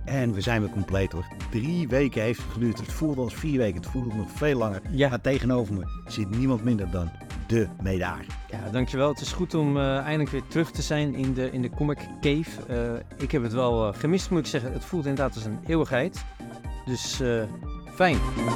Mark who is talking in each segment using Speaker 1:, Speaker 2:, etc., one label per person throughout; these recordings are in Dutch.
Speaker 1: En we zijn weer compleet hoor. 3 weken heeft het geduurd. Het voelde als 4 weken. Het voelde nog veel langer.
Speaker 2: Ja.
Speaker 1: Maar tegenover me zit niemand minder dan de Medaar.
Speaker 2: Ja, dankjewel. Het is goed om eindelijk weer terug te zijn in de Comic Cave. Ik heb het wel gemist, moet ik zeggen. Het voelt inderdaad als een eeuwigheid. Dus fijn.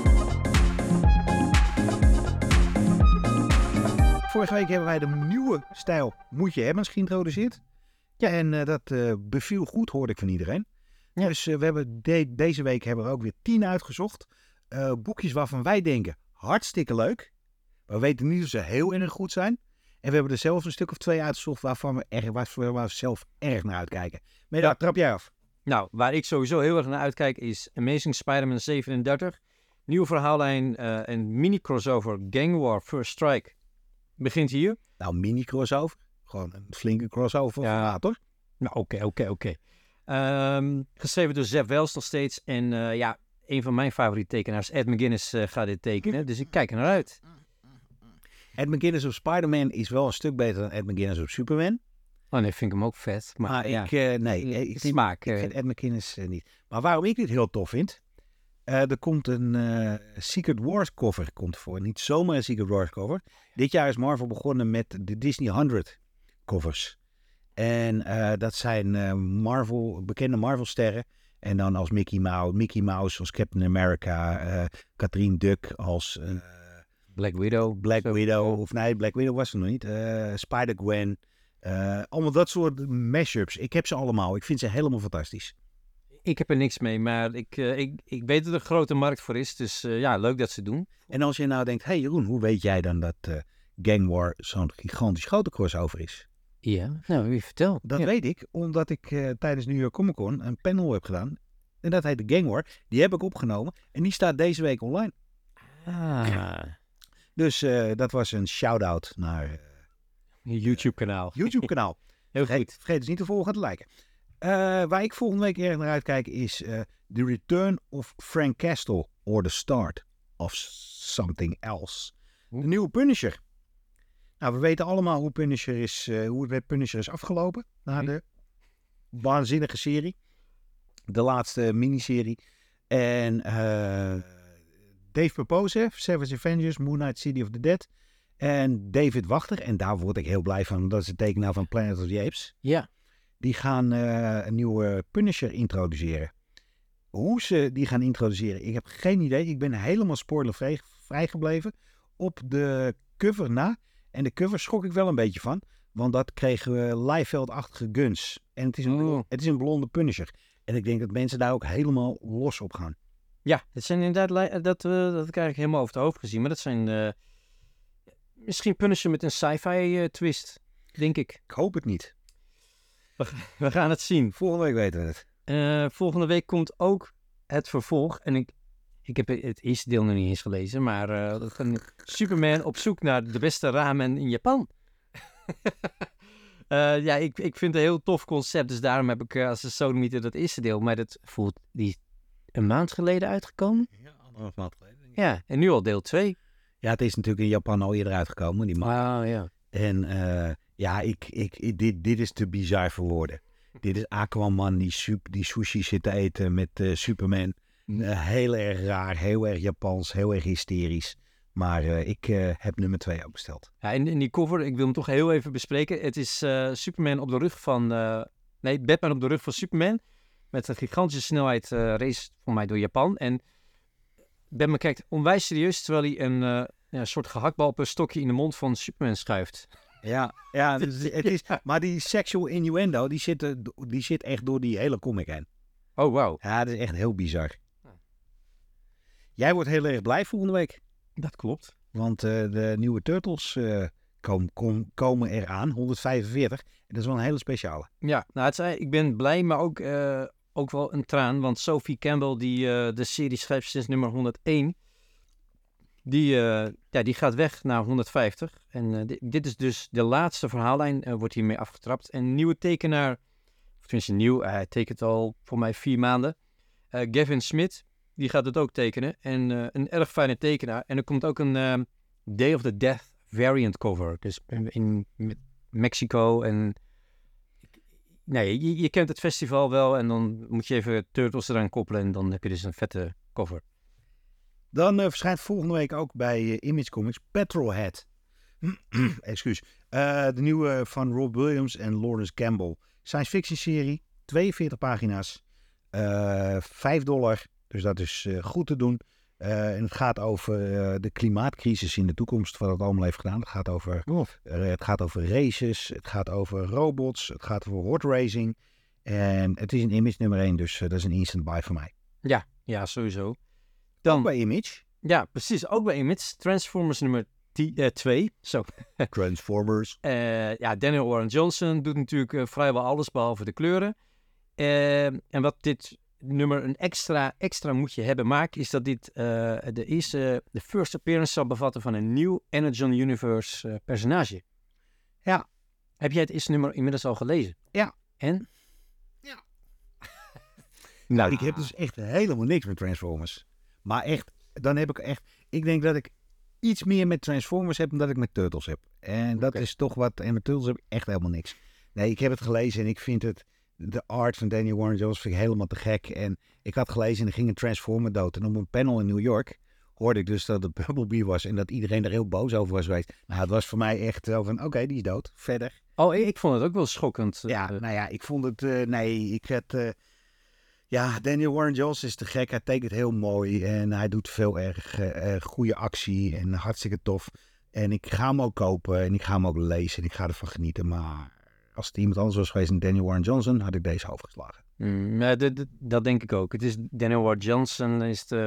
Speaker 1: Vorige week hebben wij de nieuwe stijl Moet je hebben geïntroduceerd. Ja, en dat beviel goed, hoorde ik van iedereen. Ja. Dus we hebben deze week hebben we ook weer 10 uitgezocht. Boekjes waarvan wij denken, hartstikke leuk. Maar we weten niet of ze heel erg goed zijn. En we hebben er zelf een stuk of 2 uitgezocht waarvan we zelf erg naar uitkijken. Maar daar trap jij af.
Speaker 2: Nou, waar ik sowieso heel erg naar uitkijk is Amazing Spider-Man 37. Nieuwe verhaallijn en mini-crossover Gang War First Strike. Begint hier.
Speaker 1: Nou, mini-crossover. Gewoon een flinke crossover van later.
Speaker 2: Nou, oké. Geschreven door Zev Wells nog steeds. En een van mijn favoriete tekenaars, Ed McGuinness, gaat dit tekenen. Dus ik kijk er naar uit.
Speaker 1: Ed McGuinness op Spider-Man is wel een stuk beter dan Ed McGuinness op Superman.
Speaker 2: Oh nee, vind ik hem ook vet. Maar
Speaker 1: ik vind Ed McGuinness niet. Maar waarom ik dit heel tof vind... er komt een Secret Wars cover voor. Niet zomaar een Secret Wars cover. Dit jaar is Marvel begonnen met de Disney 100 covers. En dat zijn bekende Marvel-sterren. En dan als Mickey Mouse als Captain America. Catherine Duck als...
Speaker 2: Black Widow.
Speaker 1: Black Widow was er nog niet. Spider-Gwen. Allemaal dat soort mashups. Ik heb ze allemaal. Ik vind ze helemaal fantastisch.
Speaker 2: Ik heb er niks mee, maar ik weet dat er een grote markt voor is. Dus leuk dat ze het doen.
Speaker 1: En als je nou denkt, hey Jeroen, hoe weet jij dan dat Gang War zo'n gigantisch grote crossover is?
Speaker 2: Ja, nou, wie vertelt?
Speaker 1: Dat weet ik, omdat ik tijdens New York Comic Con een panel heb gedaan. En dat heet de Gang War. Die heb ik opgenomen en die staat deze week online. Dus dat was een shout-out naar...
Speaker 2: je YouTube-kanaal.
Speaker 1: Heel goed. Vergeet dus niet te volgen en te liken. Waar ik volgende week erg naar uitkijk is The Return of Frank Castle or The Start of Something Else. De nieuwe Punisher. Nou, we weten allemaal hoe het met Punisher is afgelopen na de waanzinnige serie. De laatste miniserie. En Dave Pepose, Savage Avengers, Moon Knight, City of the Dead. En David Wachter, en daar word ik heel blij van, dat is de tekenaar van Planet of the Apes.
Speaker 2: Ja.
Speaker 1: Die gaan een nieuwe Punisher introduceren. Hoe ze die gaan introduceren, ik heb geen idee. Ik ben helemaal spoilervrij gebleven op de cover na. En de cover schrok ik wel een beetje van. Want dat kregen Liefeld-achtige guns. En het is een blonde Punisher. En ik denk dat mensen daar ook helemaal los op gaan.
Speaker 2: Ja, het zijn inderdaad, dat heb ik eigenlijk helemaal over het hoofd gezien. Maar dat zijn misschien Punisher met een sci-fi twist, denk ik.
Speaker 1: Ik hoop het niet.
Speaker 2: We gaan het zien.
Speaker 1: Volgende week weten we het.
Speaker 2: Volgende week komt ook het vervolg. En ik heb het eerste deel nog niet eens gelezen. Maar Superman op zoek naar de beste ramen in Japan. Ik vind het een heel tof concept. Dus daarom heb ik als een sodemieter dat eerste deel. Maar dat voelt die een maand geleden uitgekomen.
Speaker 1: Ja, 1,5 maand geleden.
Speaker 2: Ja, en nu al deel 2.
Speaker 1: Ja, het is natuurlijk in Japan al eerder uitgekomen.
Speaker 2: Ja.
Speaker 1: En dit is te bizar voor woorden. Dit is Aquaman die sushi zit te eten met Superman. Heel erg raar, heel erg Japans, heel erg hysterisch. Maar ik heb nummer 2 ook besteld. Ja,
Speaker 2: en die cover, ik wil hem toch heel even bespreken. Het is Superman op de rug van... Batman op de rug van Superman. Met een gigantische snelheid race voor mij door Japan. En Batman kijkt onwijs serieus, terwijl hij een soort gehaktbal op een stokje in de mond van Superman schuift.
Speaker 1: Ja, dus het is, maar die sexual innuendo, die zit echt door die hele comic heen.
Speaker 2: Oh, wauw.
Speaker 1: Ja, dat is echt heel bizar. Jij wordt heel erg blij volgende week.
Speaker 2: Dat klopt.
Speaker 1: Want de nieuwe Turtles komen eraan, 145. En dat is wel een hele speciale.
Speaker 2: Ja, nou, ik ben blij, maar ook wel een traan. Want Sophie Campbell, die de serie schrijft sinds nummer 101... Die gaat weg naar 150. En dit is dus de laatste verhaallijn, wordt hiermee afgetrapt. En een nieuwe tekenaar, of tenminste nieuw, hij tekent al voor mij 4 maanden. Gavin Smith, die gaat het ook tekenen. En een erg fijne tekenaar. En er komt ook een Day of the Death variant cover. Dus in Mexico en nee, je kent het festival wel en dan moet je even Turtles eraan koppelen en dan heb je dus een vette cover.
Speaker 1: Dan verschijnt volgende week ook bij Image Comics Petrolhead. Excuus. De nieuwe van Rob Williams en Lawrence Campbell. Science fiction serie. 42 pagina's. $5. Dus dat is goed te doen. En het gaat over de klimaatcrisis in de toekomst. Wat het allemaal heeft gedaan. Het gaat over races. Het gaat over robots. Het gaat over hot racing. En het is een Image nummer 1. Dus dat is een instant buy voor mij.
Speaker 2: Ja, sowieso.
Speaker 1: Dan bij Image.
Speaker 2: Ja, precies. Ook bij Image. Transformers nummer 2. Zo.
Speaker 1: Transformers.
Speaker 2: Daniel Warren Johnson doet natuurlijk vrijwel alles behalve de kleuren. En wat dit nummer een extra moetje hebben maakt, is dat dit de first appearance zal bevatten van een nieuw Energon Universe personage.
Speaker 1: Ja.
Speaker 2: Heb jij het eerste nummer inmiddels al gelezen?
Speaker 1: Ja.
Speaker 2: En?
Speaker 1: Ja. Nou, ik heb dus echt helemaal niks met Transformers. Maar echt, dan heb ik echt... Ik denk dat ik iets meer met Transformers heb dan dat ik met Turtles heb. En dat is toch wat... En met Turtles heb ik echt helemaal niks. Nee, ik heb het gelezen en ik vind het... De art van Daniel Warren Johnson vind ik helemaal te gek. En ik had gelezen en er ging een Transformer dood. En op een panel in New York hoorde ik dus dat het Bumblebee was. En dat iedereen er heel boos over was geweest. Nou, het was voor mij echt zo van... Oké, die is dood. Verder.
Speaker 2: Oh, ik vond het ook wel schokkend.
Speaker 1: Ik vond het... Daniel Warren Johnson is te gek. Hij tekent heel mooi. En hij doet veel erg goede actie. En hartstikke tof. En ik ga hem ook kopen. En ik ga hem ook lezen. En ik ga ervan genieten. Maar als het iemand anders was geweest dan Daniel Warren Johnson, had ik deze overgeslagen.
Speaker 2: Dat denk ik ook. Het is Daniel Warren Johnson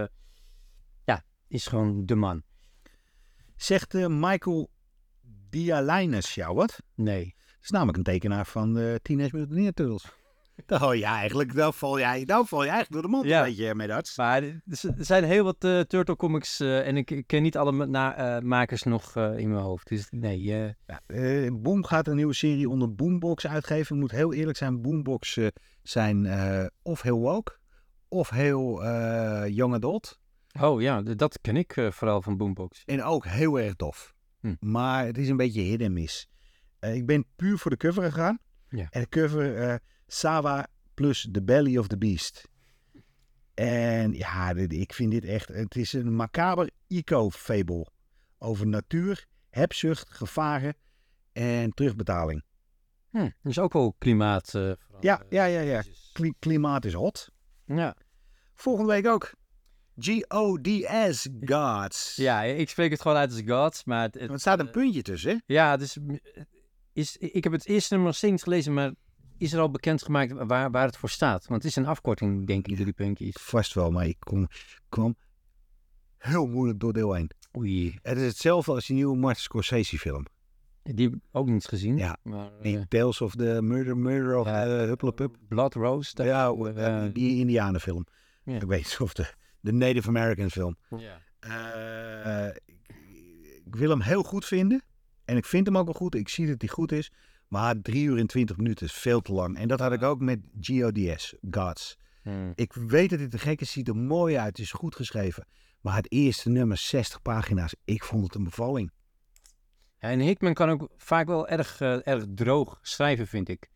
Speaker 2: is gewoon de man.
Speaker 1: Zegt Michael Dialynes jou wat?
Speaker 2: Nee.
Speaker 1: Dat is namelijk een tekenaar van de Teenage Mutant Ninja Turtles. Dan val je eigenlijk door de mond een beetje mee dat.
Speaker 2: Maar er zijn heel wat Turtle comics en ik ken niet alle makers nog in mijn hoofd. Dus nee.
Speaker 1: Boom gaat een nieuwe serie onder Boombox uitgeven. Ik moet heel eerlijk zijn, Boombox zijn of heel woke of heel young adult.
Speaker 2: Oh ja, dat ken ik vooral van Boombox.
Speaker 1: En ook heel erg tof. Maar het is een beetje hit en miss. Ik ben puur voor de cover gegaan.
Speaker 2: Ja.
Speaker 1: En de cover... Sawa plus The Belly of the Beast. En ja, ik vind dit echt... Het is een macaber eco-fable. Over natuur, hebzucht, gevaren en terugbetaling.
Speaker 2: Dus ook wel klimaat.
Speaker 1: Ja. Klimaat is hot.
Speaker 2: Ja.
Speaker 1: Volgende week ook. Gods. Gods.
Speaker 2: Ja, ik spreek het gewoon uit als Gods. Maar
Speaker 1: er staat een puntje tussen, hè?
Speaker 2: Ja, dus... Ik heb het eerste nummer nog steeds gelezen, maar... Is er al bekendgemaakt waar het voor staat? Want het is een afkorting, denk ik, door die puntjes.
Speaker 1: Vast wel, maar ik kwam heel moeilijk door deel 1.
Speaker 2: Oei.
Speaker 1: Het is hetzelfde als die nieuwe Martin Scorsese film.
Speaker 2: Die heb ik ook niet gezien.
Speaker 1: Ja, maar, Tales of the Murder of Hupplepup.
Speaker 2: Blood Rose.
Speaker 1: Die Indianenfilm. Ja. Ik weet niet of de Native American film.
Speaker 2: Ja.
Speaker 1: Ik wil hem heel goed vinden. En ik vind hem ook wel goed. Ik zie dat hij goed is. Maar 3 uur en 20 minuten is veel te lang. En dat had ik ook met Gods. Ik weet dat dit te gek is. Ziet er mooi uit. Het is goed geschreven. Maar het eerste nummer, 60 pagina's. Ik vond het een bevalling.
Speaker 2: Ja, en Hickman kan ook vaak wel erg droog schrijven, vind ik.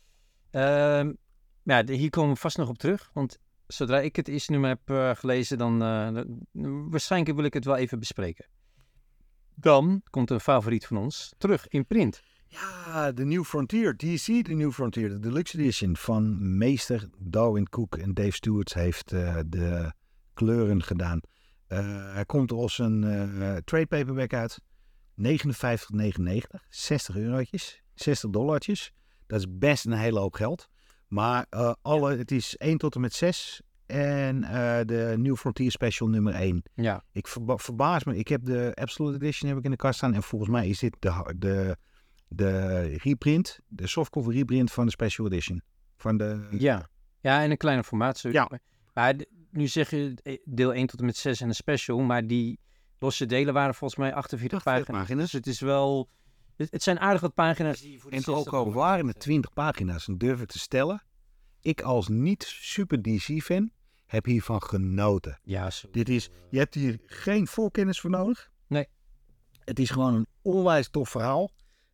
Speaker 2: Hier komen we vast nog op terug. Want zodra ik het eerste nummer heb gelezen, dan waarschijnlijk wil ik het wel even bespreken. Dan komt een favoriet van ons terug in print.
Speaker 1: Ja, de New Frontier, DC, de New Frontier, de Deluxe Edition van meester Darwin Cook en Dave Stewart heeft de kleuren gedaan. Hij komt er als een trade paperback uit. €59,99, 60 eurotjes, $60. Dat is best een hele hoop geld. Maar het is 1 tot en met 6 en de New Frontier Special nummer 1.
Speaker 2: Ja.
Speaker 1: Ik verbaas me, ik heb de Absolute Edition in de kast staan en volgens mij is dit de reprint, de softcover reprint van de Special Edition.
Speaker 2: Ja, en een kleine formaat.
Speaker 1: Ja.
Speaker 2: Maar nu zeg je deel 1 tot en met 6 en een special, maar die losse delen waren volgens mij 48 pagina's. Dus het is wel... Het zijn aardig wat pagina's die voor de
Speaker 1: en ook al waren het 20 pagina's, dan durf ik te stellen, ik als niet super DC-fan heb hiervan genoten.
Speaker 2: Ja,
Speaker 1: je hebt hier geen voorkennis voor nodig.
Speaker 2: Nee.
Speaker 1: Het is gewoon een onwijs tof verhaal.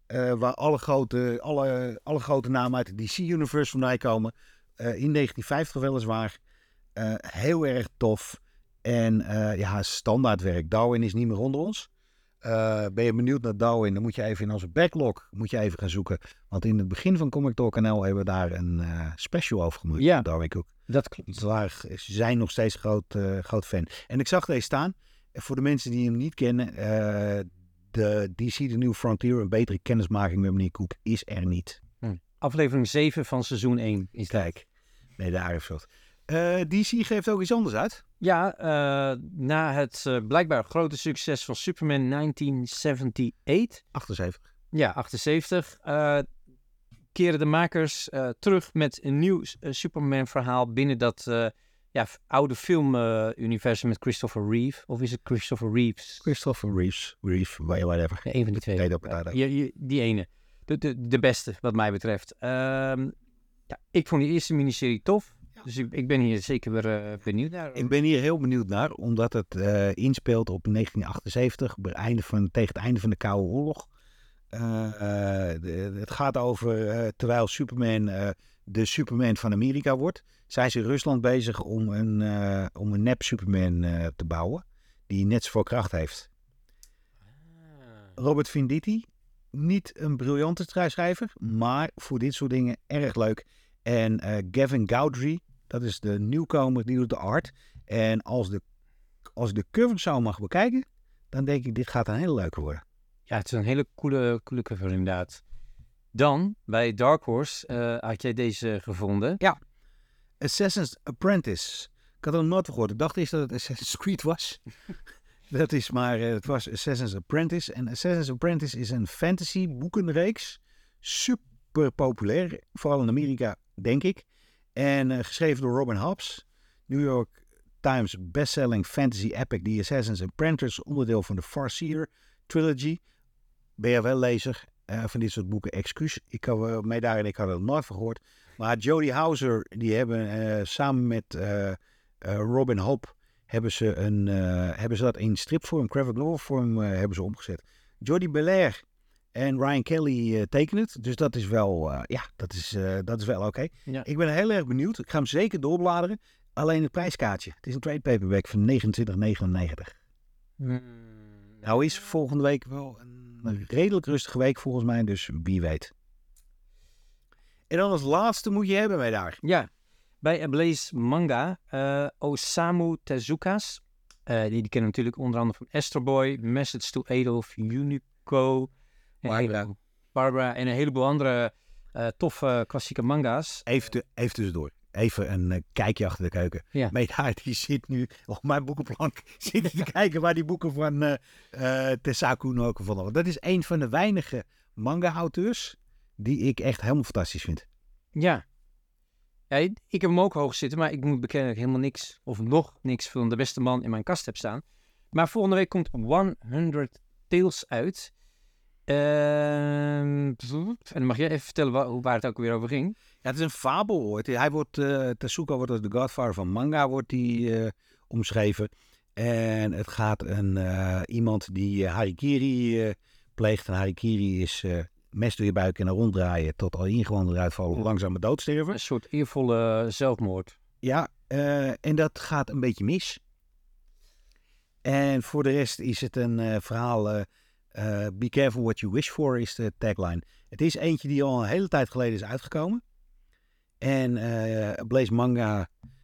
Speaker 1: waar alle grote namen uit de DC-universe vandaan komen. In 1950 weliswaar. Heel erg tof. En standaard werk. Darwin is niet meer onder ons. Ben je benieuwd naar Darwin, dan moet je even in onze backlog gaan zoeken. Want in het begin van Comic Talk NL hebben we daar een special over gemaakt.
Speaker 2: Ja,
Speaker 1: Darwin Cook.
Speaker 2: Dat klopt.
Speaker 1: Ze zijn nog steeds groot fan. En ik zag deze staan. Voor de mensen die hem niet kennen, de DC The New Frontier, een betere kennismaking met meneer Cook, is er niet.
Speaker 2: Aflevering 7 van seizoen 1 is dat.
Speaker 1: Kijk, nee, daar heeft wat. DC geeft ook iets anders uit.
Speaker 2: Ja, na het blijkbaar grote succes van Superman 1978.
Speaker 1: 78.
Speaker 2: Ja, 78. Keren de makers terug met een nieuw Superman-verhaal binnen dat oude film-universum met Christopher Reeve. Of is het Christopher Reeves?
Speaker 1: Christopher Reeve, whatever.
Speaker 2: Ja, een van die twee. Die ene. De beste, wat mij betreft. Ik vond die eerste miniserie tof. Ja. Dus ik ben hier zeker weer benieuwd naar. Ik
Speaker 1: ben hier heel benieuwd naar, omdat het inspeelt op 1978, tegen het einde van de Koude Oorlog. Het gaat over, terwijl Superman de Superman van Amerika wordt, zijn ze in Rusland bezig om een nep Superman te bouwen, die net zoveel kracht heeft. Robert Venditti, niet een briljante schrijver, maar voor dit soort dingen erg leuk. En Gavin Gowdry, dat is de nieuwkomer, die doet de art. En als de cover zo mag bekijken, dan denk ik, dit gaat een hele leuke worden.
Speaker 2: Ja, het is een hele coole cover inderdaad. Dan, bij Dark Horse, had jij deze gevonden.
Speaker 1: Ja, Assassin's Apprentice. Ik had er nog nooit van gehoord. Ik dacht eerst dat het Assassin's Creed was. Dat is maar, het was Assassin's Apprentice. En Assassin's Apprentice is een fantasy boekenreeks. Super populair, vooral in Amerika, denk ik. En geschreven door Robin Hobbs. New York Times bestselling fantasy epic. The Assassin's Apprentice, onderdeel van de Farseer trilogy. Ben je wel lezer van dit soort boeken? Excuus, ik had er nooit van gehoord. Maar Jody Houser, die hebben samen met Robin Hobb hebben ze dat in stripvorm, graphic novel vorm hebben ze omgezet. Jody Belair en Ryan Kelly tekenen het. Dus dat is wel, dat is wel oké. Ja. Ik ben heel erg benieuwd. Ik ga hem zeker doorbladeren. Alleen het prijskaartje. Het is een trade paperback van $29,99. Nou is volgende week wel een redelijk rustige week volgens mij. Dus wie weet. En dan als laatste moet je hebben wij daar.
Speaker 2: Ja, bij Ablaze Manga. Osamu Tezuka's. Die kennen natuurlijk onder andere van Astro Boy, Message to Adolf, Unico, Barbara en een heleboel andere toffe klassieke manga's.
Speaker 1: Even tussendoor. Even een kijkje achter de keuken. Ja. Medaar die zit nu op mijn boekenplank te kijken waar die boeken van Tesaku ook van. Dat is een van de weinige manga-auteurs die ik echt helemaal fantastisch vind.
Speaker 2: Ja. Ik heb hem ook hoog zitten, maar ik moet bekennen dat ik helemaal niks of nog niks van de beste man in mijn kast heb staan. Maar volgende week komt 100 Tales uit. En dan mag jij even vertellen waar het ook weer over ging.
Speaker 1: Ja, het is een fabel. Tezuka wordt als de godfather van manga omschreven. En het gaat iemand die harikiri pleegt. En harikiri is mes door je buik en dan ronddraaien tot al ingewanden eruit vallen, langzame doodsterven.
Speaker 2: Een soort eervolle zelfmoord.
Speaker 1: Ja, en dat gaat een beetje mis. En voor de rest is het een verhaal... be careful what you wish for is de tagline. Het is eentje die al een hele tijd geleden is uitgekomen. En Blaze Manga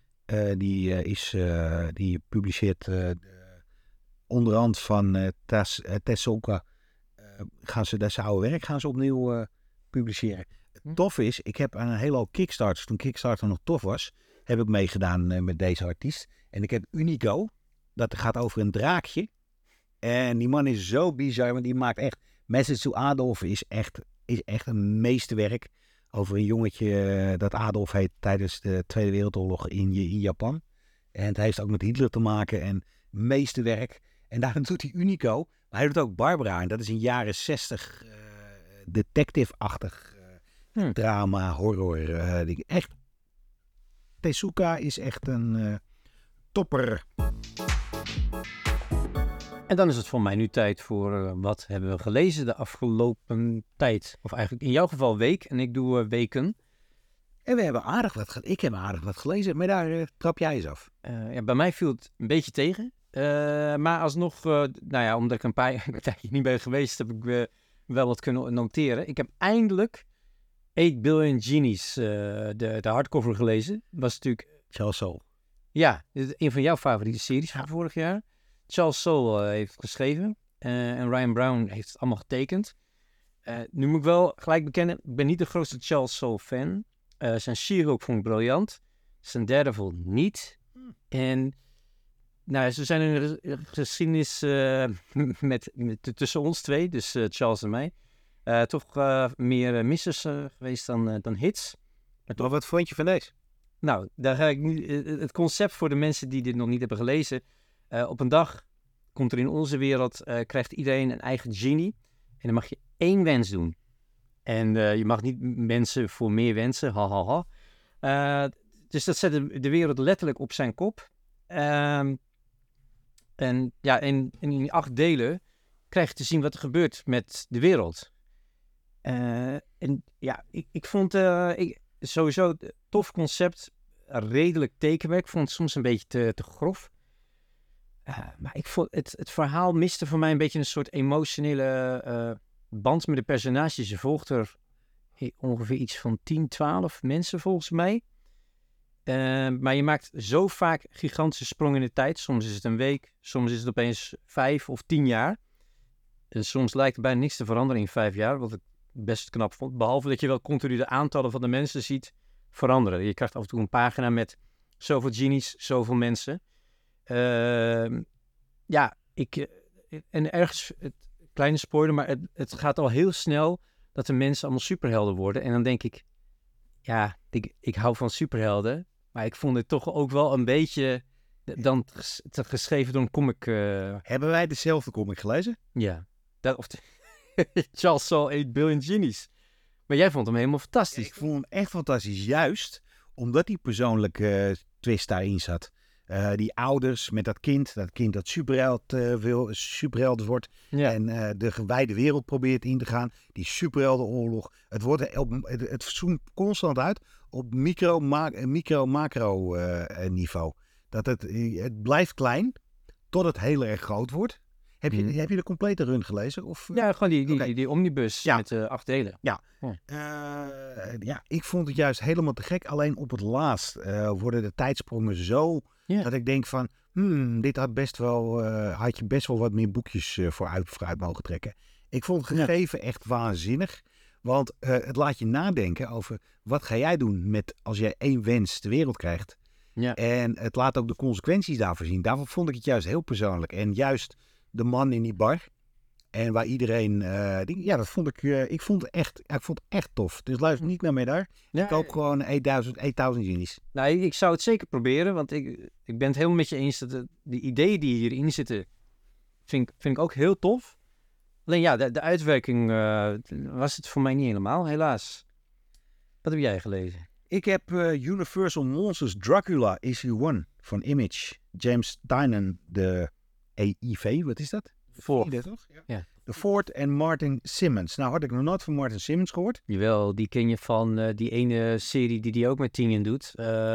Speaker 1: die publiceert onder hand van Tezuka zijn oude werk gaan ze opnieuw publiceren. Het tof is, ik heb aan een hele hoop Kickstarters, toen Kickstarter nog tof was, heb ik meegedaan met deze artiest. En ik heb Unico, dat gaat over een draakje. En die man is zo bizar, want die maakt echt... Message to Adolf is echt een meesterwerk over een jongetje dat Adolf heet tijdens de Tweede Wereldoorlog in Japan. En het heeft ook met Hitler te maken en meesterwerk. En daarom doet hij Unico, maar hij doet ook Barbara. En dat is een jaren 60 detective-achtig drama, horror. Echt, Tezuka is echt een topper.
Speaker 2: En dan is het voor mij nu tijd voor wat hebben we gelezen de afgelopen tijd. Of eigenlijk in jouw geval week en ik doe weken.
Speaker 1: En we hebben ik heb aardig wat gelezen, maar daar trap jij eens af.
Speaker 2: Bij mij viel het een beetje tegen. Maar alsnog, omdat ik een tijdje niet ben geweest, heb ik wel wat kunnen noteren. Ik heb eindelijk 8 Billion Genies, de hardcover gelezen. Was natuurlijk...
Speaker 1: Charles Soule.
Speaker 2: Ja, dit is een van jouw favoriete series van vorig jaar. Charles Soule heeft geschreven en Ryan Brown heeft het allemaal getekend. Nu moet ik wel gelijk bekennen, ik ben niet de grootste Charles Soule fan. Zijn She-Hulk vond ik briljant. Zijn Daredevil niet. En ze zijn in een geschiedenis tussen ons twee, dus Charles en mij, toch meer missers geweest dan hits.
Speaker 1: Maar wat vond je van deze?
Speaker 2: Nou, daar ga ik nu. Het concept voor de mensen die dit nog niet hebben gelezen. Op een dag komt er in onze wereld, krijgt iedereen een eigen genie. En dan mag je 1 wens doen. En je mag niet mensen voor meer wensen. Dus dat zet de wereld letterlijk op zijn kop. En ja, in 8 delen krijg je te zien wat er gebeurt met de wereld. En ja, ik vond sowieso een tof concept. Redelijk tekenwerk. Ik vond het soms een beetje te grof. Maar ik vond het verhaal miste voor mij een beetje een soort emotionele band met de personages. Je volgt er ongeveer iets van 10, 12 mensen volgens mij. Maar je maakt zo vaak gigantische sprongen in de tijd. Soms is het een week, soms is het opeens 5 of 10 jaar. En soms lijkt er bijna niks te veranderen in 5 jaar, wat ik best knap vond. Behalve dat je wel continu de aantallen van de mensen ziet veranderen. Je krijgt af en toe een pagina met zoveel genies, zoveel mensen. En ergens, kleine spoiler, maar het gaat al heel snel dat de mensen allemaal superhelden worden. En dan denk ik, ja, ik hou van superhelden. Maar ik vond het toch ook wel een beetje dan geschreven door een comic.
Speaker 1: Hebben wij dezelfde comic gelezen?
Speaker 2: Ja. Charles Soule 8 Billion Genies. Maar jij vond hem helemaal fantastisch.
Speaker 1: Ja, ik vond hem echt fantastisch. Juist omdat die persoonlijke twist daarin zat. Die ouders met dat kind dat superheld wordt. Ja. En de gewijde wereld probeert in te gaan. Die superheldenoorlog. Het zoomt constant uit op micro-macro niveau. Het blijft klein tot het heel erg groot wordt. Heb je de complete run gelezen? Of,
Speaker 2: ja, gewoon die omnibus met 8 delen.
Speaker 1: Ja, ik vond het juist helemaal te gek. Alleen op het laatst worden de tijdsprongen zo dat ik denk van... dit had je best wel wat meer boekjes vooruit mogen trekken. Ik vond het gegeven echt waanzinnig. Want het laat je nadenken over wat ga jij doen als jij 1 wens de wereld krijgt. Ja. En het laat ook de consequenties daarvoor zien. Daarvoor vond ik het juist heel persoonlijk. En juist de man in die bar. En waar iedereen... dat vond ik vond het echt tof. Dus luister niet naar mij daar. Ja, ik koop gewoon 8000 genies.
Speaker 2: Nou, ik zou het zeker proberen. Want ik ben het helemaal met je eens. Dat de ideeën die hierin zitten... Vind ik ook heel tof. Alleen ja, de uitwerking was het voor mij niet helemaal. Helaas. Wat heb jij gelezen?
Speaker 1: Ik heb Universal Monsters Dracula Issue 1 van Image. James Tynion, de EIV, wat is dat?
Speaker 2: Ford.
Speaker 1: Toch? Ja. De Ford en Martin Simmons. Nou had ik nog nooit van Martin Simmons gehoord.
Speaker 2: Jawel, die ken je van die ene serie die ook met Tynion doet.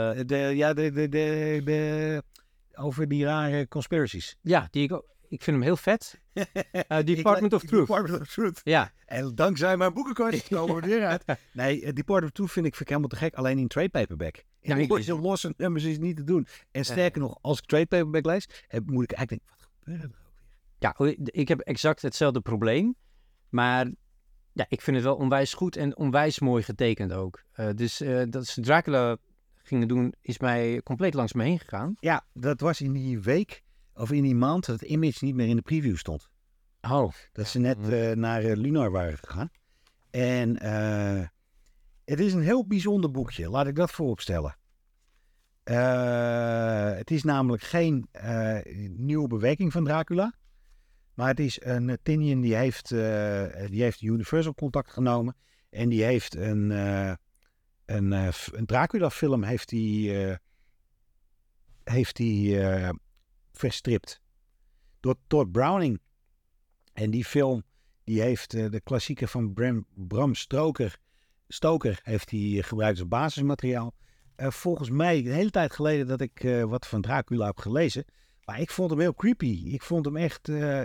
Speaker 1: Over die rare conspiracies.
Speaker 2: Ja, ik vind hem heel vet. Department of Truth.
Speaker 1: Department of Truth.
Speaker 2: Ja.
Speaker 1: En dankzij mijn boekenkast komen we er weer uit. Nee, Department of Truth vind ik helemaal te gek. Alleen in trade paperback. In losse nummers is niet te doen. En sterker nog, als ik trade paperback lees, moet ik eigenlijk denken, wat gebeurt er ook weer?
Speaker 2: Ja, ik heb exact hetzelfde probleem. Maar ja, ik vind het wel onwijs goed en onwijs mooi getekend ook. Dus dat ze Dracula gingen doen, is mij compleet langs me heen gegaan.
Speaker 1: Ja, dat was in die week... Of in die maand dat Image niet meer in de preview stond.
Speaker 2: Oh.
Speaker 1: Dat ze net naar Lunar waren gegaan. En het is een heel bijzonder boekje. Laat ik dat vooropstellen. Het is namelijk geen nieuwe bewerking van Dracula. Maar het is een Tynion die heeft Universal contact genomen. En die heeft een Dracula film heeft hij verstript. door Todd Browning. En die film, die heeft de klassieker van Bram Stoker heeft die gebruikt als basismateriaal. Volgens mij, een hele tijd geleden dat ik wat van Dracula heb gelezen. Maar ik vond hem heel creepy. Ik vond hem echt...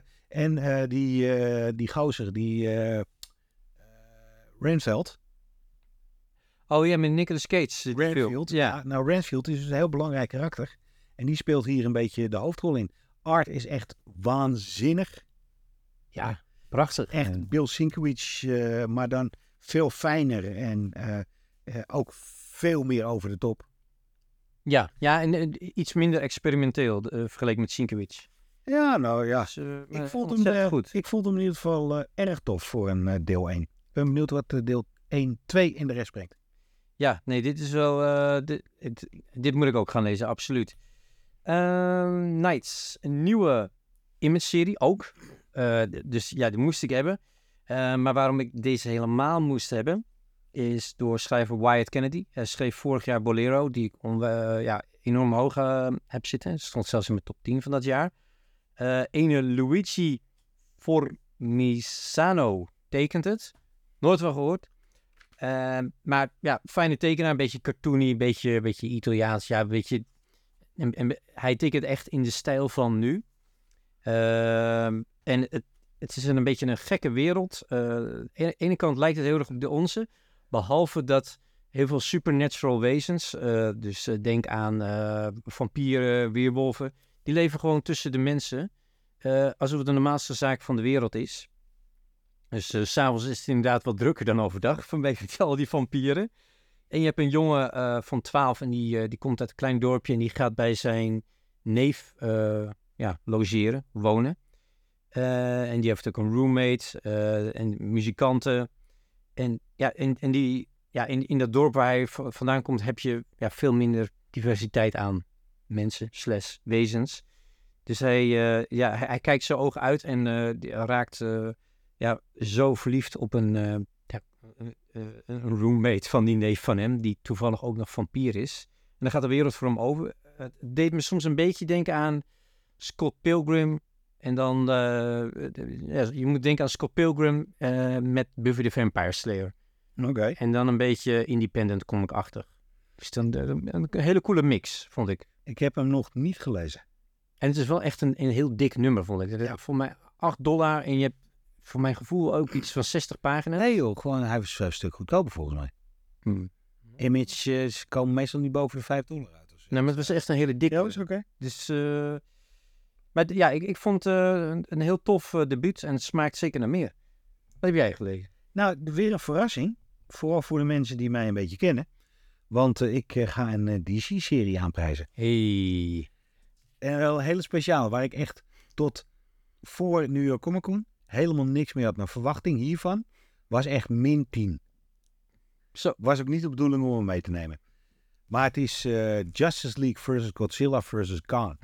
Speaker 1: die gozer, die Renfield.
Speaker 2: Oh ja, met Nicolas Cage.
Speaker 1: Renfield. Ja. Nou, Renfield is dus een heel belangrijk karakter. En die speelt hier een beetje de hoofdrol in. Art is echt waanzinnig.
Speaker 2: Ja, prachtig.
Speaker 1: Echt Bill Sienkiewicz, maar dan veel fijner en ook veel meer over de top.
Speaker 2: Ja, en iets minder experimenteel vergeleken met Sienkiewicz.
Speaker 1: Ja, nou ja.
Speaker 2: Dus,
Speaker 1: ik vond hem
Speaker 2: goed.
Speaker 1: Ik vond hem in ieder geval erg tof voor een deel 1. Ik ben benieuwd wat deel 1, 2 in de rest brengt.
Speaker 2: Ja, nee, dit is wel... dit moet ik ook gaan lezen, absoluut. Nights, een nieuwe Image-serie ook. Dus ja, die moest ik hebben. Maar waarom ik deze helemaal moest hebben, is door schrijver Wyatt Kennedy. Hij schreef vorig jaar Bolero, die ik enorm hoog heb zitten. Het stond zelfs in mijn top 10 van dat jaar. Ene Luigi Formisano tekent het. Nooit wel gehoord. Maar ja, fijne tekenaar, een beetje cartoony, een beetje Italiaans. Ja, een beetje... En hij tekent echt in de stijl van nu. En het is een beetje een gekke wereld. Aan de ene kant lijkt het heel erg op de onze. Behalve dat heel veel supernatural wezens, dus denk aan vampieren, weerwolven, die leven gewoon tussen de mensen. Alsof het de normaalste zaak van de wereld is. Dus 's avonds is het inderdaad wat drukker dan overdag, vanwege al die vampieren. En je hebt een jongen van 12 en die komt uit een klein dorpje en die gaat bij zijn neef logeren, wonen. En die heeft ook een roommate en muzikanten. En ja, in dat dorp waar hij vandaan komt heb je veel minder diversiteit aan mensen / wezens. Dus hij kijkt zijn ogen uit en raakt zo verliefd op een roommate van die neef van hem, die toevallig ook nog vampier is. En dan gaat de wereld voor hem over. Het deed me soms een beetje denken aan Scott Pilgrim. En dan, je moet denken aan Scott Pilgrim met Buffy the Vampire Slayer.
Speaker 1: Oké.
Speaker 2: En dan een beetje independent comic-achtig. Dus dan een hele coole mix, vond ik.
Speaker 1: Ik heb hem nog niet gelezen.
Speaker 2: En het is wel echt een heel dik nummer, vond ik. Ja. Voor mij $8 en je hebt voor mijn gevoel ook iets van 60 pagina's.
Speaker 1: Nee joh, gewoon hij was een stuk goedkoper volgens mij. Images komen meestal niet boven de $5 uit.
Speaker 2: Nee, maar het was echt een hele dikke.
Speaker 1: Ja, is oké.
Speaker 2: Dus, maar ja, ik vond een heel tof debuut en het smaakt zeker naar meer. Wat heb jij gelezen?
Speaker 1: Nou, weer een verrassing. Vooral voor de mensen die mij een beetje kennen. Want ik ga een DC-serie aanprijzen.
Speaker 2: Hey.
Speaker 1: En wel een hele speciaal, waar ik echt tot voor New York Comic Con helemaal niks meer had. Mijn verwachting hiervan was echt -10.
Speaker 2: Zo.
Speaker 1: Was ook niet de bedoeling om hem mee te nemen. Maar het is Justice League versus Godzilla versus Khan.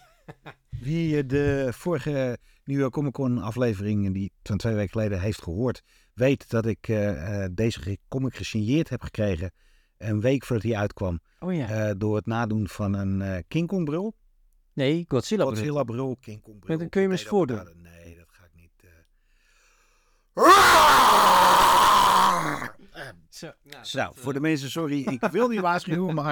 Speaker 1: Wie de vorige New York Comic Con aflevering die van 2 weken geleden heeft gehoord, weet dat ik deze comic gesigneerd heb gekregen een week voordat hij uitkwam.
Speaker 2: Oh ja.
Speaker 1: Door het nadoen van een King Kong bril.
Speaker 2: Nee, Godzilla
Speaker 1: bril, King Kong bril.
Speaker 2: Dan kun je hem eens voordoen.
Speaker 1: Nee, dat ga ik niet. Zo, voor de mensen, sorry, ik wil niet waarschuwen, maar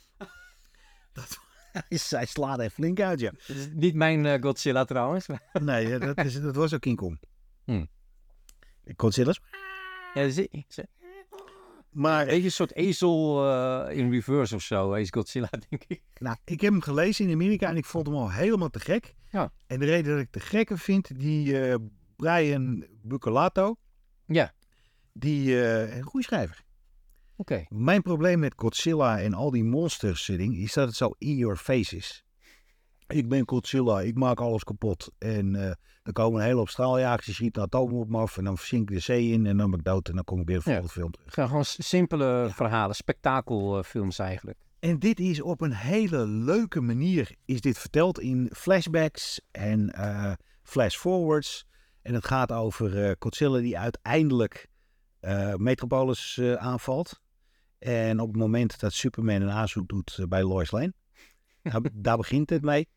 Speaker 1: hij slaat er flink uit, ja.
Speaker 2: Het is niet mijn Godzilla trouwens.
Speaker 1: Nee, dat was ook King Kong. Godzilla's.
Speaker 2: Ja, maar een soort ezel in reverse of zo, is Godzilla, denk ik.
Speaker 1: Nou, ik heb hem gelezen in Amerika en ik vond hem al helemaal te gek.
Speaker 2: Ja.
Speaker 1: En de reden dat ik te gekke vind, die Brian Buccellato,
Speaker 2: ja,
Speaker 1: die een goede schrijver.
Speaker 2: Oké.
Speaker 1: Mijn probleem met Godzilla en al die monsters ding is dat het zo in your face is. Ik ben Godzilla, ik maak alles kapot. En dan komen een hele hoop straaljagers, je schiet een atoom op me af en dan verzink ik de zee in en dan ben ik dood en dan kom ik weer voor de film terug.
Speaker 2: Gewoon simpele verhalen, spektakelfilms eigenlijk.
Speaker 1: En dit is op een hele leuke manier is dit verteld in flashbacks en flashforwards. En het gaat over Godzilla die uiteindelijk Metropolis aanvalt. En op het moment dat Superman een aanzoek doet bij Lois Lane. Daar begint het mee.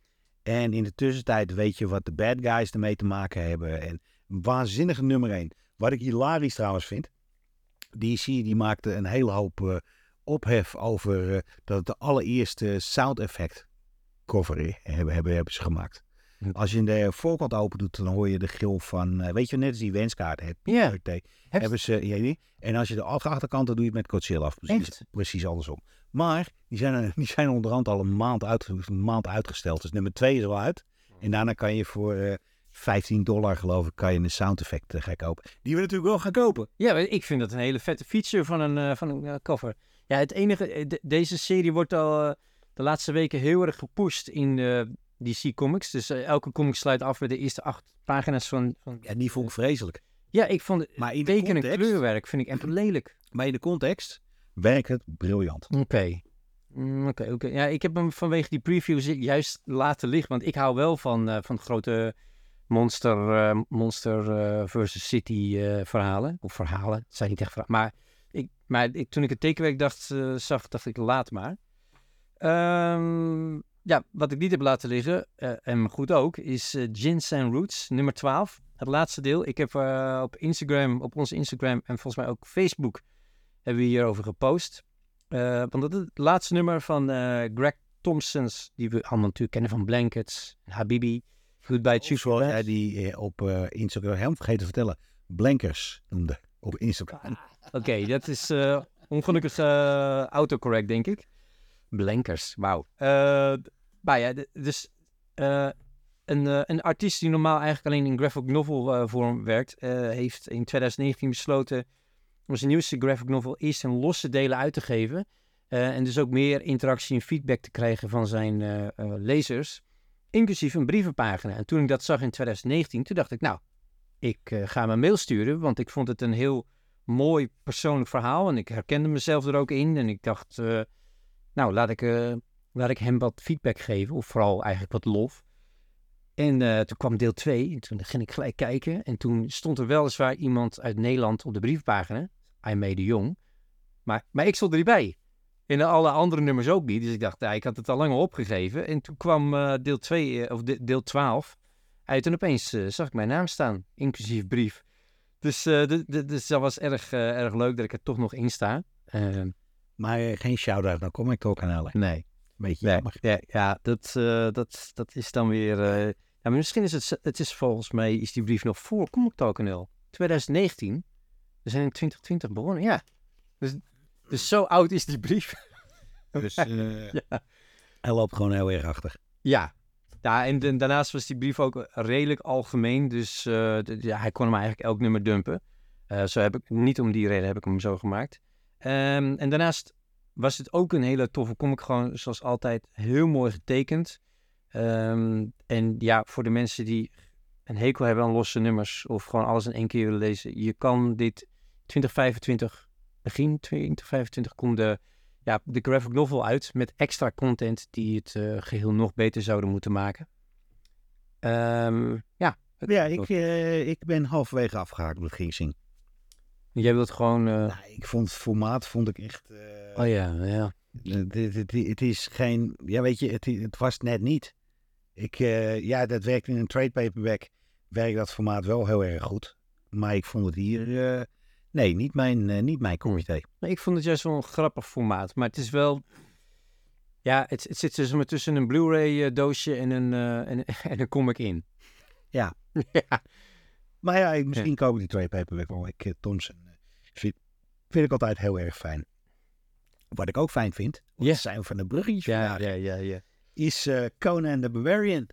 Speaker 1: En in de tussentijd weet je wat de bad guys ermee te maken hebben. En waanzinnige nummer 1. Wat ik hilarisch trouwens vind. DC die maakte een hele hoop ophef over dat het de allereerste sound effect cover hebben ze gemaakt. Als je de voorkant open doet, dan hoor je de gil van, weet je, net als die wenskaart hebt.
Speaker 2: Ja.
Speaker 1: Hebben ze, en als je de achterkant, dan doe je het met Godzilla. Precies andersom. Maar die zijn onderhand al een maand uitgesteld. Dus nummer 2 is al uit. En daarna kan je voor $15 geloof ik, kan je een sound effect gaan kopen. Die we natuurlijk wel gaan kopen.
Speaker 2: Ja, ik vind dat een hele vette feature van een cover. Ja, het enige, deze serie wordt al de laatste weken heel erg gepusht in DC Comics. Dus elke comic sluit af met de eerste 8 pagina's van...
Speaker 1: Ja, die vond ik vreselijk.
Speaker 2: Ja, ik vond het
Speaker 1: maar in
Speaker 2: teken- en kleurwerk vind ik echt lelijk.
Speaker 1: Maar in de context werkt het briljant.
Speaker 2: Oké. Ja, ik heb hem vanwege die previews juist laten liggen. Want ik hou wel van grote Monster versus City verhalen. Of verhalen, het zijn niet echt verhalen. Maar toen ik het tekenwerk zag, dacht ik, laat maar. Ja, wat ik niet heb laten liggen, en goed ook, is Gins and Roots, nummer 12. Het laatste deel. Ik heb op onze Instagram en volgens mij ook Facebook hebben we hierover gepost. Want dat is het laatste nummer van Greg Thompsons, die we allemaal natuurlijk kennen van Blankets, Habibi, Goodbye Superman.
Speaker 1: Zoals hij die op Instagram, helemaal vergeten te vertellen, Blankers noemde op Instagram.
Speaker 2: Oké, dat is ongelukkig autocorrect, denk ik. Blankers, wauw. Maar ja, dus een artiest die normaal eigenlijk alleen in graphic novel vorm werkt, heeft in 2019 besloten om zijn nieuwste graphic novel eerst in losse delen uit te geven. En dus ook meer interactie en feedback te krijgen van zijn lezers, inclusief een brievenpagina. En toen ik dat zag in 2019, toen dacht ik, nou, ik ga hem een mail sturen, want ik vond het een heel mooi persoonlijk verhaal en ik herkende mezelf er ook in. En ik dacht, nou, laat ik hem wat feedback geven, of vooral eigenlijk wat lof. En toen kwam deel 2 en toen ging ik gelijk kijken. En toen stond er weliswaar iemand uit Nederland op de briefpagina, Aimee de Jong. Maar ik stond er niet bij. En alle andere nummers ook niet. Dus ik dacht, ik had het al lang al opgegeven. En toen kwam deel 2, of deel 12 uit. En opeens zag ik mijn naam staan, inclusief brief. Dus dat was erg leuk dat ik er toch nog in sta.
Speaker 1: Maar geen shout-out naar Comic Talk kanalen.
Speaker 2: Nee.
Speaker 1: Beetje jammer.
Speaker 2: Ja, dat is dan weer... maar misschien is het is volgens mij is die brief nog voor Comic Talk NL. 2019. We zijn in 2020 begonnen, ja. Dus zo oud is die brief.
Speaker 1: Dus hij loopt gewoon heel erg achter.
Speaker 2: Ja. Ja, en daarnaast was die brief ook redelijk algemeen. Dus hij kon hem eigenlijk elk nummer dumpen. Niet om die reden heb ik hem zo gemaakt. En daarnaast was het ook een hele toffe comic. Gewoon zoals altijd heel mooi getekend. En ja, voor de mensen die een hekel hebben aan losse nummers of gewoon alles in één keer willen lezen. Je kan dit 2025, begin 2025 komt de graphic novel uit met extra content die het geheel nog beter zouden moeten maken.
Speaker 1: Ik ben halverwege afgehaakt met Ginsing.
Speaker 2: Jij wilt gewoon...
Speaker 1: ik vond het formaat echt...
Speaker 2: Oh ja.
Speaker 1: Het is geen... Ja, weet je, het was net niet. Dat werkt in een trade paperback. Werkt dat formaat wel heel erg goed. Maar ik vond het hier... nee, niet mijn comité.
Speaker 2: Ik vond het juist wel een grappig formaat. Maar het is wel... Ja, het zit tussen een Blu-ray doosje en een comic in.
Speaker 1: Ja.
Speaker 2: Ja.
Speaker 1: Maar ja, misschien koop ik die trade paperback wel. Thompson vind ik altijd heel erg fijn. Wat ik ook fijn vind, zijn van de bruggetjes vandaag, is Conan the Barbarian.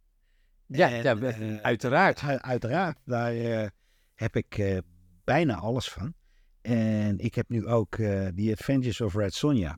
Speaker 2: Uiteraard.
Speaker 1: Uiteraard. Daar heb ik bijna alles van. En ik heb nu ook The Adventures of Red Sonja.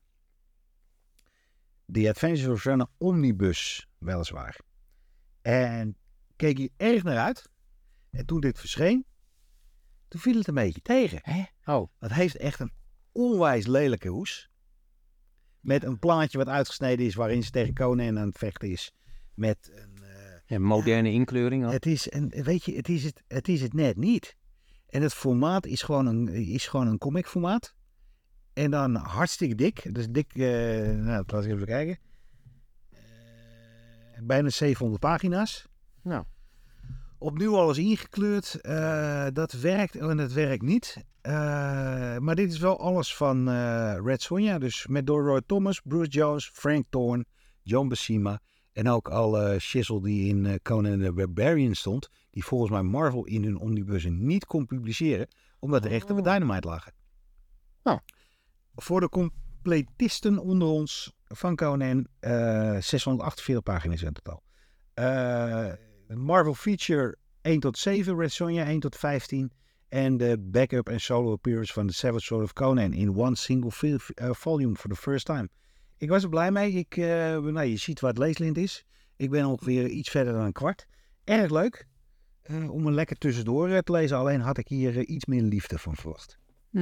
Speaker 1: The Adventures of Sonja Omnibus, weliswaar. En keek hier erg naar uit. En toen dit verscheen, toen viel het een beetje tegen.
Speaker 2: Hè? Oh.
Speaker 1: Dat heeft echt een onwijs lelijke hoes. Met een plaatje wat uitgesneden is waarin ze tegen Conan aan het vechten is. Met een...
Speaker 2: moderne inkleuring.
Speaker 1: Het is het net niet. En het formaat is gewoon een comic formaat. En dan hartstikke dik. Dus dik, laten we even kijken. Bijna 700 pagina's.
Speaker 2: Nou.
Speaker 1: Opnieuw alles ingekleurd. Dat werkt en het werkt niet. Maar dit is wel alles van Red Sonja. Dus met Roy Thomas, Bruce Jones, Frank Thorne, John Buscema. En ook alle shizzle die in Conan the Barbarian stond. Die volgens mij Marvel in hun omnibussen niet kon publiceren. Omdat de rechten bij Dynamite lagen.
Speaker 2: Oh.
Speaker 1: Voor de completisten onder ons van Conan 648 pagina's in totaal. Marvel Feature 1 tot 7, Red Sonja 1 tot 15. En de backup en solo appearance van The Savage Sword of Conan in one single volume for the first time. Ik was er blij mee. Je ziet waar het leeslint is. Ik ben ongeveer iets verder dan een kwart. Erg leuk om een lekker tussendoor te lezen. Alleen had ik hier iets meer liefde van verwacht.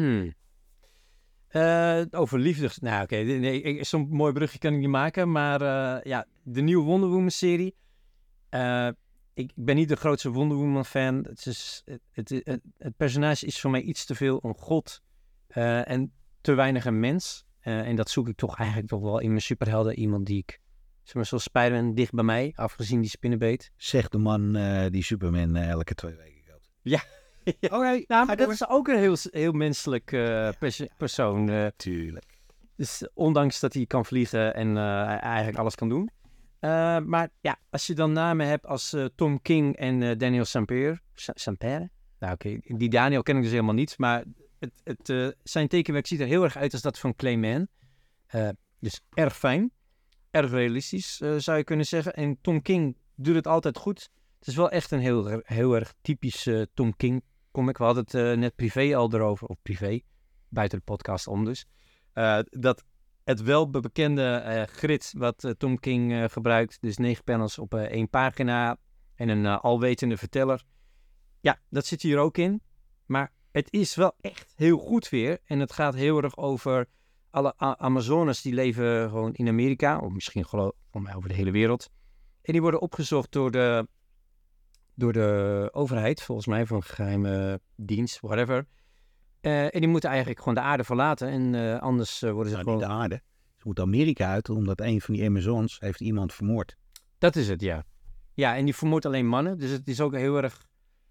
Speaker 2: Over liefde. Nou oké, zo'n mooi brugje kan ik niet maken. Maar de nieuwe Wonder Woman serie. Ik ben niet de grootste Wonder Woman fan. Het personage is voor mij iets te veel een god en te weinig een mens. En dat zoek ik toch eigenlijk toch wel in mijn superhelden. Iemand die ik, zeg maar, zoals Spider-Man dicht bij mij, afgezien die spinnenbeet.
Speaker 1: Zegt de man die Superman elke 2 weken koopt.
Speaker 2: Ja.
Speaker 1: Oké,
Speaker 2: maar dat is ook een heel menselijk persoon.
Speaker 1: Tuurlijk.
Speaker 2: Dus ondanks dat hij kan vliegen en eigenlijk alles kan doen. Maar ja, als je dan namen hebt als Tom King en Daniel Sampere. Nou oké, die Daniel ken ik dus helemaal niet. Maar zijn tekenwerk ziet er heel erg uit als dat van Clayman. Dus erg fijn. Erg realistisch zou je kunnen zeggen. En Tom King doet het altijd goed. Het is wel echt een heel erg typisch Tom King comic. We hadden het net privé al erover. Of privé, buiten de podcast om dus. Dat het wel bekende grid wat Tom King gebruikt. Dus 9 panels op 1 pagina. En een alwetende verteller. Ja, dat zit hier ook in. Maar het is wel echt heel goed weer. En het gaat heel erg over alle Amazones die leven gewoon in Amerika. Of misschien gewoon over de hele wereld. En die worden opgezocht door de overheid. Volgens mij van een geheime dienst, whatever. En die moeten eigenlijk gewoon de aarde verlaten. En anders worden ze gewoon...
Speaker 1: Niet de aarde. Ze moeten Amerika uit, omdat een van die Amazons heeft iemand vermoord.
Speaker 2: Dat is het, ja. Ja, en die vermoordt alleen mannen. Dus het is ook heel erg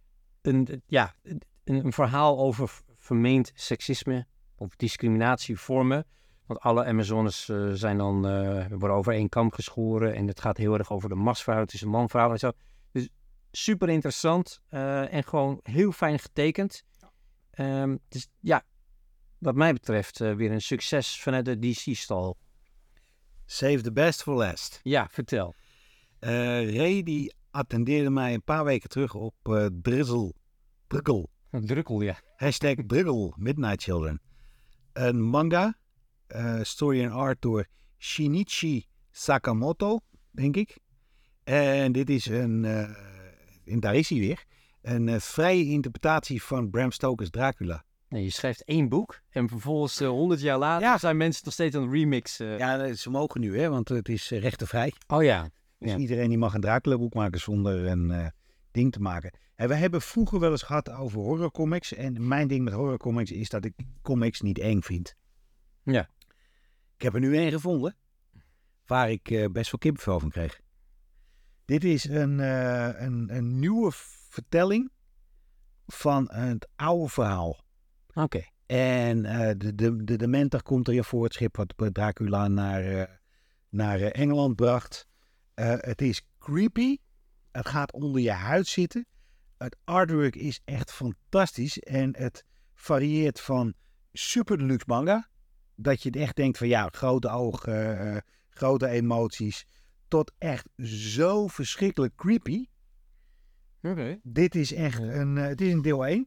Speaker 2: een verhaal over vermeend seksisme of discriminatievormen. Want alle Amazones worden over 1 kam geschoren. En het gaat heel erg over de machtsverhouding tussen man en vrouw en zo. Dus super interessant en gewoon heel fijn getekend. Dus ja, wat mij betreft weer een succes vanuit de DC-stal.
Speaker 1: Save the best for last.
Speaker 2: Ja, vertel.
Speaker 1: Ray die attendeerde mij een paar weken terug op Drukkel.
Speaker 2: Drukkel, ja.
Speaker 1: #Drukkel, Midnight Children. Een manga, story and art door Shinichi Sakamoto, denk ik. En dit is en daar is hij weer, een vrije interpretatie van Bram Stoker's Dracula.
Speaker 2: Nee, je schrijft 1 boek en vervolgens 100 jaar later zijn mensen nog steeds aan het remixen.
Speaker 1: Ja, ze mogen nu, hè, want het is rechtenvrij.
Speaker 2: Oh ja.
Speaker 1: Dus iedereen die mag een Dracula-boek maken zonder een ding te maken. En we hebben vroeger wel eens gehad over horrorcomics. En mijn ding met horrorcomics is dat ik comics niet eng vind.
Speaker 2: Ja.
Speaker 1: Ik heb er nu 1 gevonden waar ik best wel kippenvel van kreeg. Dit is een nieuwe vertelling van het oude verhaal.
Speaker 2: Oké.
Speaker 1: En de dementor komt erin voor het schip wat Dracula naar Engeland bracht. Het is creepy. Het gaat onder je huid zitten. Het artwork is echt fantastisch. En het varieert van super deluxe manga. Dat je echt denkt van ja, grote ogen, grote emoties. Tot echt zo verschrikkelijk creepy.
Speaker 2: Oké.
Speaker 1: Dit is echt het is een deel 1.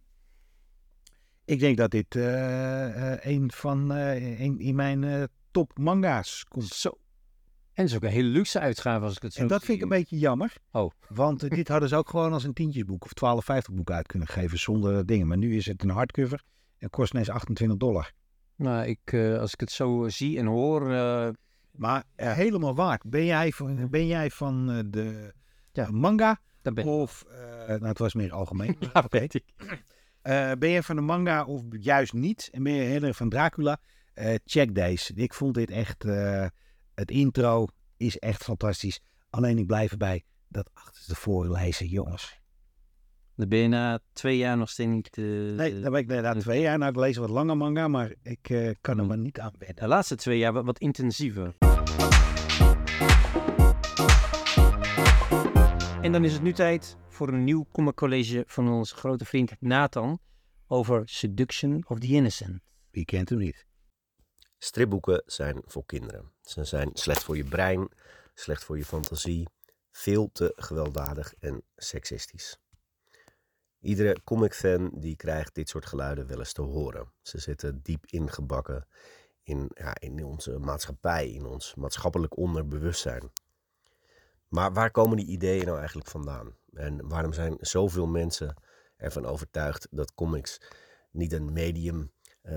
Speaker 1: Ik denk dat dit een in mijn top manga's komt.
Speaker 2: Zo. En het is ook een hele luxe uitgave als ik het zo
Speaker 1: En dat
Speaker 2: zie.
Speaker 1: vind ik een beetje jammer.
Speaker 2: Oh.
Speaker 1: Want dit hadden ze ook gewoon als een tientjesboek of 12,50 boek uit kunnen geven zonder dingen. Maar nu is het een hardcover en kost ineens $28.
Speaker 2: Nou, als ik het zo zie en hoor...
Speaker 1: Maar helemaal waard. Ben jij van de manga?
Speaker 2: Dat ben ik.
Speaker 1: Of, het was meer algemeen.
Speaker 2: Ja, weet ik.
Speaker 1: Ben je van de manga of juist niet? En ben je heel erg van Dracula? Check deze. Ik vond dit echt... het intro is echt fantastisch. Alleen ik blijf erbij dat achterste voorlezen, jongens.
Speaker 2: Dan ben je na 2 jaar nog steeds niet...
Speaker 1: Nee, dan ben ik na 2 jaar. Nou, ik lees wat langer manga, maar ik kan er maar niet aan wennen.
Speaker 2: De laatste 2 jaar wat intensiever. En dan is het nu tijd voor een nieuw comic college van onze grote vriend Nathan over Seduction of the Innocent.
Speaker 1: Wie kent hem niet?
Speaker 3: Stripboeken zijn voor kinderen. Ze zijn slecht voor je brein, slecht voor je fantasie, veel te gewelddadig en seksistisch. Iedere comicfan die krijgt dit soort geluiden wel eens te horen. Ze zitten diep ingebakken in onze maatschappij, in ons maatschappelijk onderbewustzijn. Maar waar komen die ideeën nou eigenlijk vandaan? En waarom zijn zoveel mensen ervan overtuigd dat comics niet een medium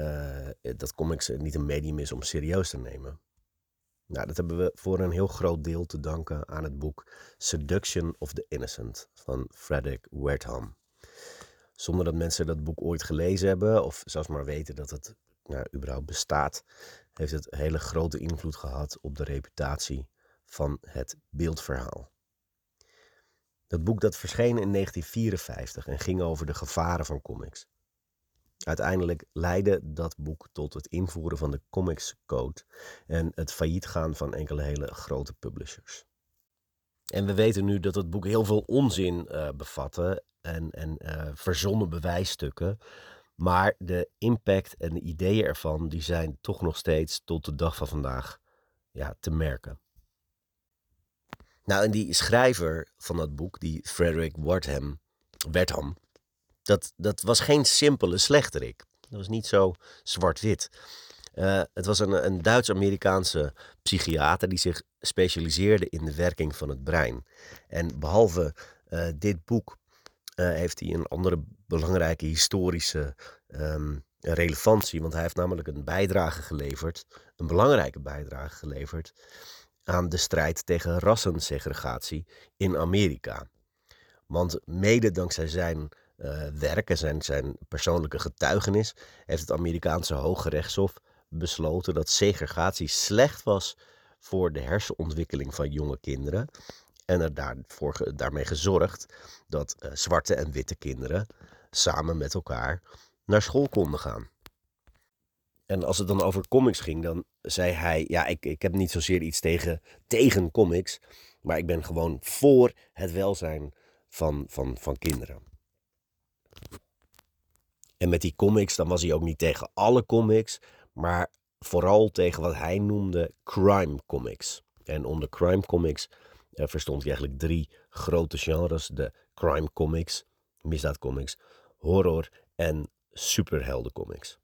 Speaker 3: is om serieus te nemen? Nou, dat hebben we voor een heel groot deel te danken aan het boek Seduction of the Innocent van Frederick Wertham. Zonder dat mensen dat boek ooit gelezen hebben of zelfs maar weten dat het überhaupt bestaat, heeft het hele grote invloed gehad op de reputatie van het beeldverhaal. Dat boek dat verscheen in 1954 en ging over de gevaren van comics. Uiteindelijk leidde dat boek tot het invoeren van de Comics Code en het failliet gaan van enkele hele grote publishers. En we weten nu dat het boek heel veel onzin bevatte en verzonnen bewijsstukken. Maar de impact en de ideeën ervan die zijn toch nog steeds tot de dag van vandaag te merken. Nou, en die schrijver van dat boek, die Frederick Wertham, dat was geen simpele slechterik. Dat was niet zo zwart-wit. Het was een Duits-Amerikaanse psychiater die zich specialiseerde in de werking van het brein. En behalve dit boek heeft hij een andere belangrijke historische relevantie. Want hij heeft namelijk een belangrijke bijdrage geleverd aan de strijd tegen rassensegregatie in Amerika. Want mede dankzij zijn werk en zijn persoonlijke getuigenis heeft het Amerikaanse Hoge Rechtshof besloten dat segregatie slecht was voor de hersenontwikkeling van jonge kinderen. En er daarmee gezorgd dat zwarte en witte kinderen samen met elkaar naar school konden gaan. En als het dan over comics ging, dan zei hij, ik heb niet zozeer iets tegen comics, maar ik ben gewoon voor het welzijn van kinderen. En met die comics, dan was hij ook niet tegen alle comics, maar vooral tegen wat hij noemde crime comics. En onder crime comics verstond hij eigenlijk 3 grote genres: de crime comics, misdaadcomics, horror en superheldencomics.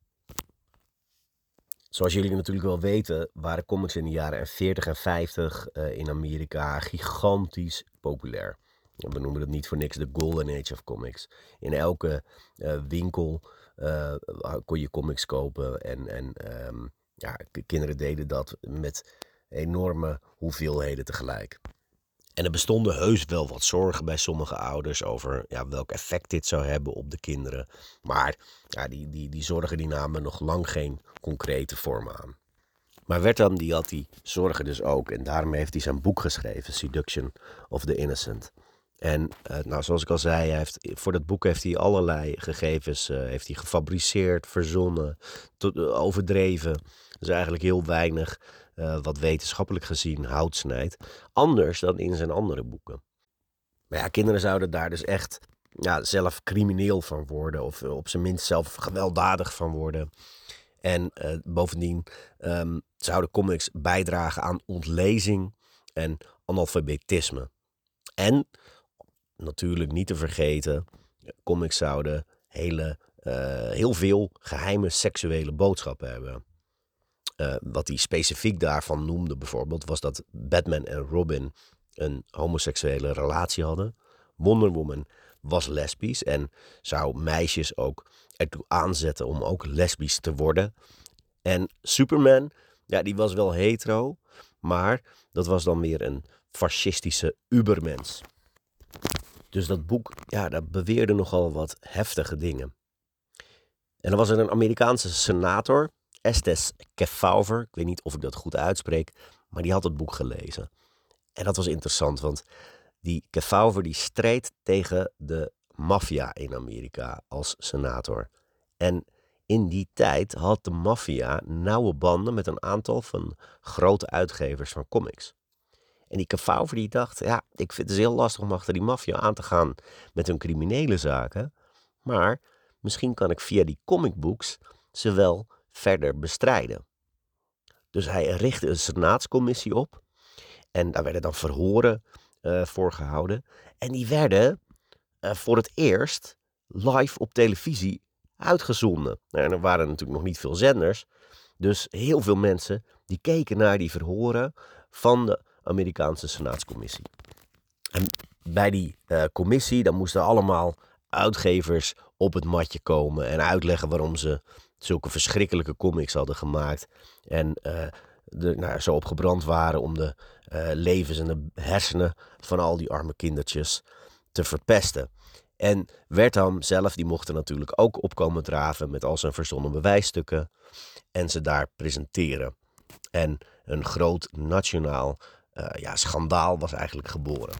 Speaker 3: Zoals jullie natuurlijk wel weten, waren comics in de jaren 40 en 50 in Amerika gigantisch populair. We noemen dat niet voor niks de Golden Age of Comics. In elke winkel kon je comics kopen en kinderen deden dat met enorme hoeveelheden tegelijk. En er bestonden heus wel wat zorgen bij sommige ouders over welk effect dit zou hebben op de kinderen. Maar die zorgen die namen nog lang geen concrete vorm aan. Maar Wertham die had die zorgen dus ook. En daarom heeft hij zijn boek geschreven, Seduction of the Innocent. En zoals ik al zei, voor dat boek heeft hij allerlei gegevens heeft hij gefabriceerd, verzonnen, overdreven. Dus eigenlijk heel weinig wat wetenschappelijk gezien hout snijdt. Anders dan in zijn andere boeken. Maar kinderen zouden daar dus echt zelf crimineel van worden. Of op zijn minst zelf gewelddadig van worden. En bovendien zouden comics bijdragen aan ontlezing en analfabetisme. En natuurlijk niet te vergeten, comics zouden heel veel geheime seksuele boodschappen hebben. Wat hij specifiek daarvan noemde bijvoorbeeld, was dat Batman en Robin een homoseksuele relatie hadden. Wonder Woman was lesbisch en zou meisjes ook ertoe aanzetten om ook lesbisch te worden. En Superman, die was wel hetero, maar dat was dan weer een fascistische ubermens. Dus dat boek, dat beweerde nogal wat heftige dingen. En dan was er een Amerikaanse senator, Estes Kefauver, ik weet niet of ik dat goed uitspreek, maar die had het boek gelezen. En dat was interessant, want die Kefauver die streed tegen de maffia in Amerika als senator. En in die tijd had de maffia nauwe banden met een aantal van grote uitgevers van comics. En die Kefauver die dacht, ja, ik vind het heel lastig om achter die maffia aan te gaan met hun criminele zaken. Maar misschien kan ik via die comicbooks ze wel verder bestrijden. Dus hij richtte een senaatscommissie op. En daar werden dan verhoren voor gehouden. En die werden voor het eerst live op televisie uitgezonden. Nou, en er waren natuurlijk nog niet veel zenders. Dus heel veel mensen die keken naar die verhoren van de Amerikaanse Senaatscommissie. En bij die commissie, dan moesten allemaal uitgevers op het matje komen en uitleggen waarom ze zulke verschrikkelijke comics hadden gemaakt. En zo opgebrand waren om de levens en de hersenen van al die arme kindertjes te verpesten. En Wertham zelf, die mocht er natuurlijk ook opkomen draven met al zijn verzonnen bewijsstukken en ze daar presenteren. En een groot nationaal schandaal was eigenlijk geboren.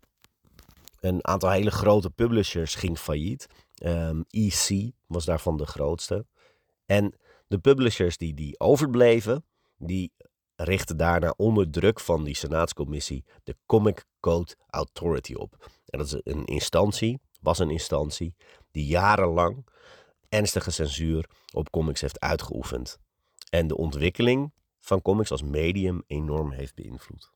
Speaker 3: Een aantal hele grote publishers ging failliet. EC was daarvan de grootste. En de publishers die overbleven, die richtten daarna onder druk van die senaatscommissie de Comic Code Authority op. En dat is was een instantie die jarenlang ernstige censuur op comics heeft uitgeoefend. En de ontwikkeling van comics als medium enorm heeft beïnvloed.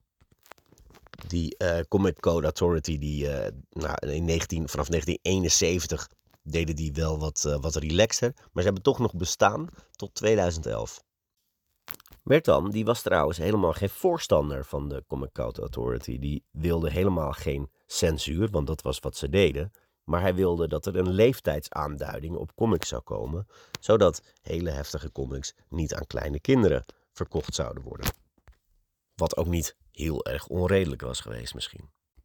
Speaker 3: Die Comic Code Authority, vanaf 1971 deden die wel wat relaxter. Maar ze hebben toch nog bestaan tot 2011. Wertham, die was trouwens helemaal geen voorstander van de Comic Code Authority. Die wilde helemaal geen censuur, want dat was wat ze deden. Maar hij wilde dat er een leeftijdsaanduiding op comics zou komen, zodat hele heftige comics niet aan kleine kinderen verkocht zouden worden. Wat ook niet heel erg onredelijk was geweest misschien.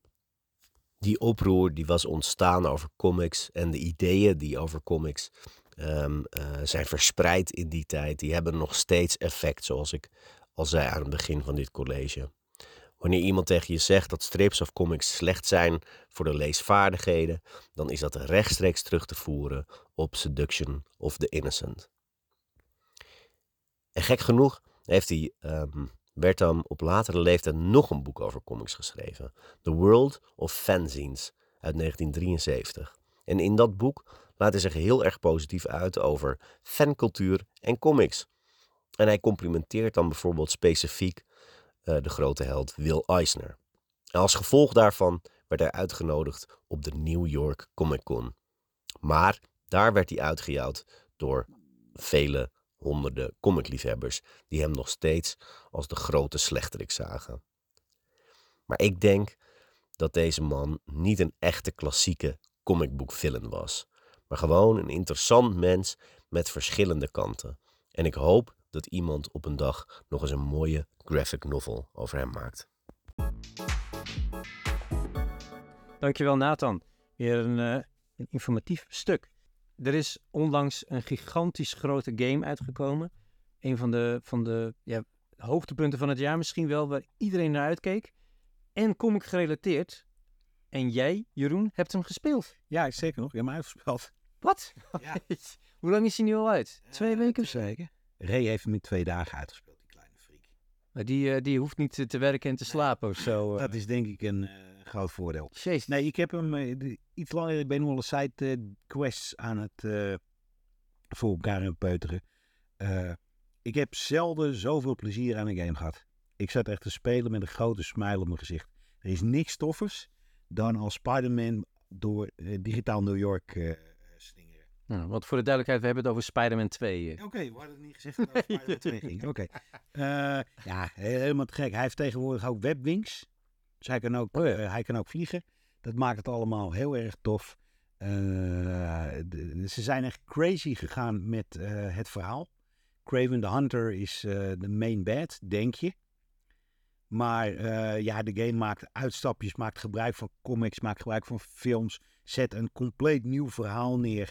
Speaker 3: Die oproer die was ontstaan over comics en de ideeën die over comics zijn verspreid in die tijd, die hebben nog steeds effect, zoals ik al zei aan het begin van dit college. Wanneer iemand tegen je zegt dat strips of comics slecht zijn voor de leesvaardigheden, dan is dat rechtstreeks terug te voeren op Seduction of the Innocent. En gek genoeg heeft hij Wertham op latere leeftijd nog een boek over comics geschreven. The World of Fanzines uit 1973. En in dat boek laat hij zich heel erg positief uit over fancultuur en comics. En hij complimenteert dan bijvoorbeeld specifiek de grote held Will Eisner. En als gevolg daarvan werd hij uitgenodigd op de New York Comic Con. Maar daar werd hij uitgejouwd door vele honderden comicliefhebbers die hem nog steeds als de grote slechterik zagen. Maar ik denk dat deze man niet een echte klassieke comicboekvillain was, maar gewoon een interessant mens met verschillende kanten. En ik hoop dat iemand op een dag nog eens een mooie graphic novel over hem maakt.
Speaker 2: Dankjewel Nathan. Weer een informatief stuk. Er is onlangs een gigantisch grote game uitgekomen. Een van de hoogtepunten van het jaar misschien wel, waar iedereen naar uitkeek. En comic gerelateerd. En jij, Jeroen, hebt hem gespeeld.
Speaker 1: Ja, zeker nog. Je hebt mij uitgespeeld.
Speaker 2: Wat?
Speaker 1: Ja.
Speaker 2: Hoe lang is hij nu al uit? 2 weken of zo?
Speaker 1: Zeker. Ray heeft hem in 2 dagen uitgespeeld, die kleine freak.
Speaker 2: Maar die hoeft niet te werken en te slapen of zo.
Speaker 1: Dat is denk ik een groot voordeel.
Speaker 2: Jezus.
Speaker 1: Nee, ik heb hem iets langer. Ik ben nu al een side quests aan het voor elkaar aan het peuteren. Ik heb zelden zoveel plezier aan een game gehad. Ik zat echt te spelen met een grote smile op mijn gezicht. Er is niks toffers dan als Spider-Man door digitaal New York slingeren.
Speaker 2: Nou, want voor de duidelijkheid, we hebben het over Spider-Man 2.
Speaker 1: Oké, we hadden het niet gezegd dat het over Spider-Man 2 ging. Oké. Ja, helemaal te gek. Hij heeft tegenwoordig ook webwings. Dus hij kan ook vliegen. Dat maakt het allemaal heel erg tof. Ze zijn echt crazy gegaan met het verhaal. Kraven the Hunter is de main bad, denk je. Maar de game maakt uitstapjes, maakt gebruik van comics, maakt gebruik van films. Zet een compleet nieuw verhaal neer.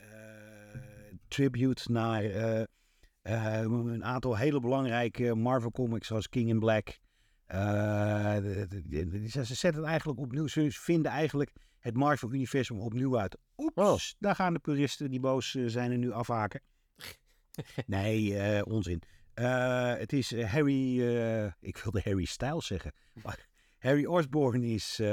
Speaker 1: Tribute naar een aantal hele belangrijke Marvel comics zoals King in Black. Ze zetten het eigenlijk opnieuw. Ze vinden eigenlijk het Marvel-universum opnieuw uit. Oeps, daar gaan de puristen die boos zijn en nu afhaken. Nee, onzin. Het is Harry... ik wilde Harry Styles zeggen. Maar Harry Osborn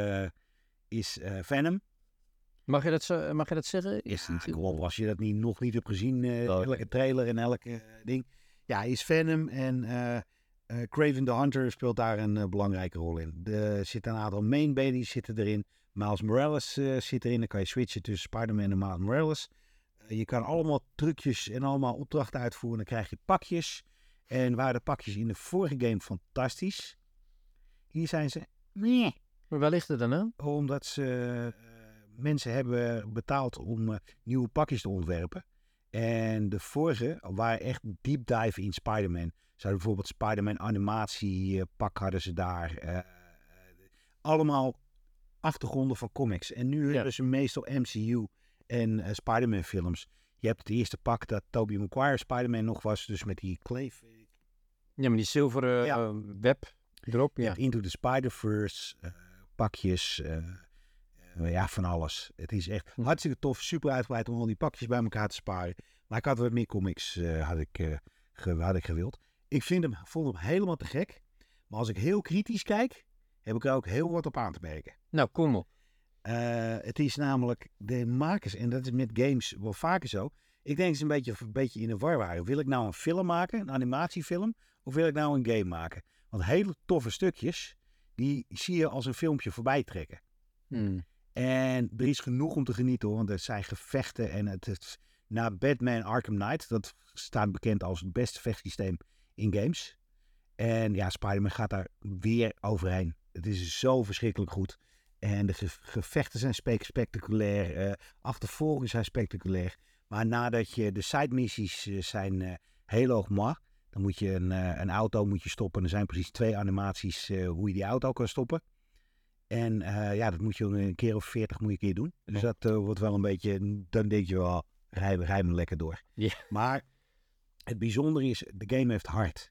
Speaker 1: is Venom.
Speaker 2: Mag je dat zeggen?
Speaker 1: Als je dat nog niet hebt gezien, elke trailer en elke ding. Ja, hij is Venom en Kraven the Hunter speelt daar een belangrijke rol in. Er zitten een aantal main baddies zitten erin. Miles Morales zit erin. Dan kan je switchen tussen Spider-Man en Miles Morales. Je kan allemaal trucjes en allemaal opdrachten uitvoeren. Dan krijg je pakjes. En waren de pakjes in de vorige game fantastisch. Hier zijn ze... Nee.
Speaker 2: Maar waar ligt het dan aan?
Speaker 1: Omdat ze mensen hebben betaald om nieuwe pakjes te ontwerpen. En de vorige waren echt deep dive in Spider-Man. Ze hadden bijvoorbeeld Spider-Man animatiepak hadden ze daar. Allemaal achtergronden van comics. En nu hebben ze meestal MCU en Spider-Man films. Je hebt het eerste pak dat Tobey Maguire Spider-Man nog was. Dus met die kleef.
Speaker 2: Ja, maar die zilveren web erop. Ja.
Speaker 1: Into the Spider-Verse pakjes. Van alles. Het is echt hartstikke tof. Super uitgebreid om al die pakjes bij elkaar te sparen. Maar ik had wat meer comics had ik gewild. Ik vond hem helemaal te gek. Maar als ik heel kritisch kijk, heb ik er ook heel wat op aan te merken.
Speaker 2: Nou, kom op.
Speaker 1: Het is namelijk de makers, en dat is met games wel vaker zo. Ik denk dat ze een beetje in de war waren. Wil ik nou een film maken, een animatiefilm, of wil ik nou een game maken? Want hele toffe stukjes, die zie je als een filmpje voorbij trekken. En er is genoeg om te genieten hoor, want er zijn gevechten en het na Batman Arkham Knight, dat staat bekend als het beste vechtsysteem in games. En ja, Spider-Man gaat daar weer overheen. Het is zo verschrikkelijk goed. En de gevechten zijn spectaculair. Achtervolgingen zijn spectaculair. Maar nadat je de side missies zijn heel hoog maar. Dan moet je een auto stoppen. Er zijn precies 2 animaties hoe je die auto kan stoppen. En dat moet je een keer of 40 moet je een keer doen. Dus dat wordt wel een beetje... Dan denk je wel, rij me lekker door.
Speaker 2: Yeah.
Speaker 1: Maar het bijzondere is, de game heeft hart.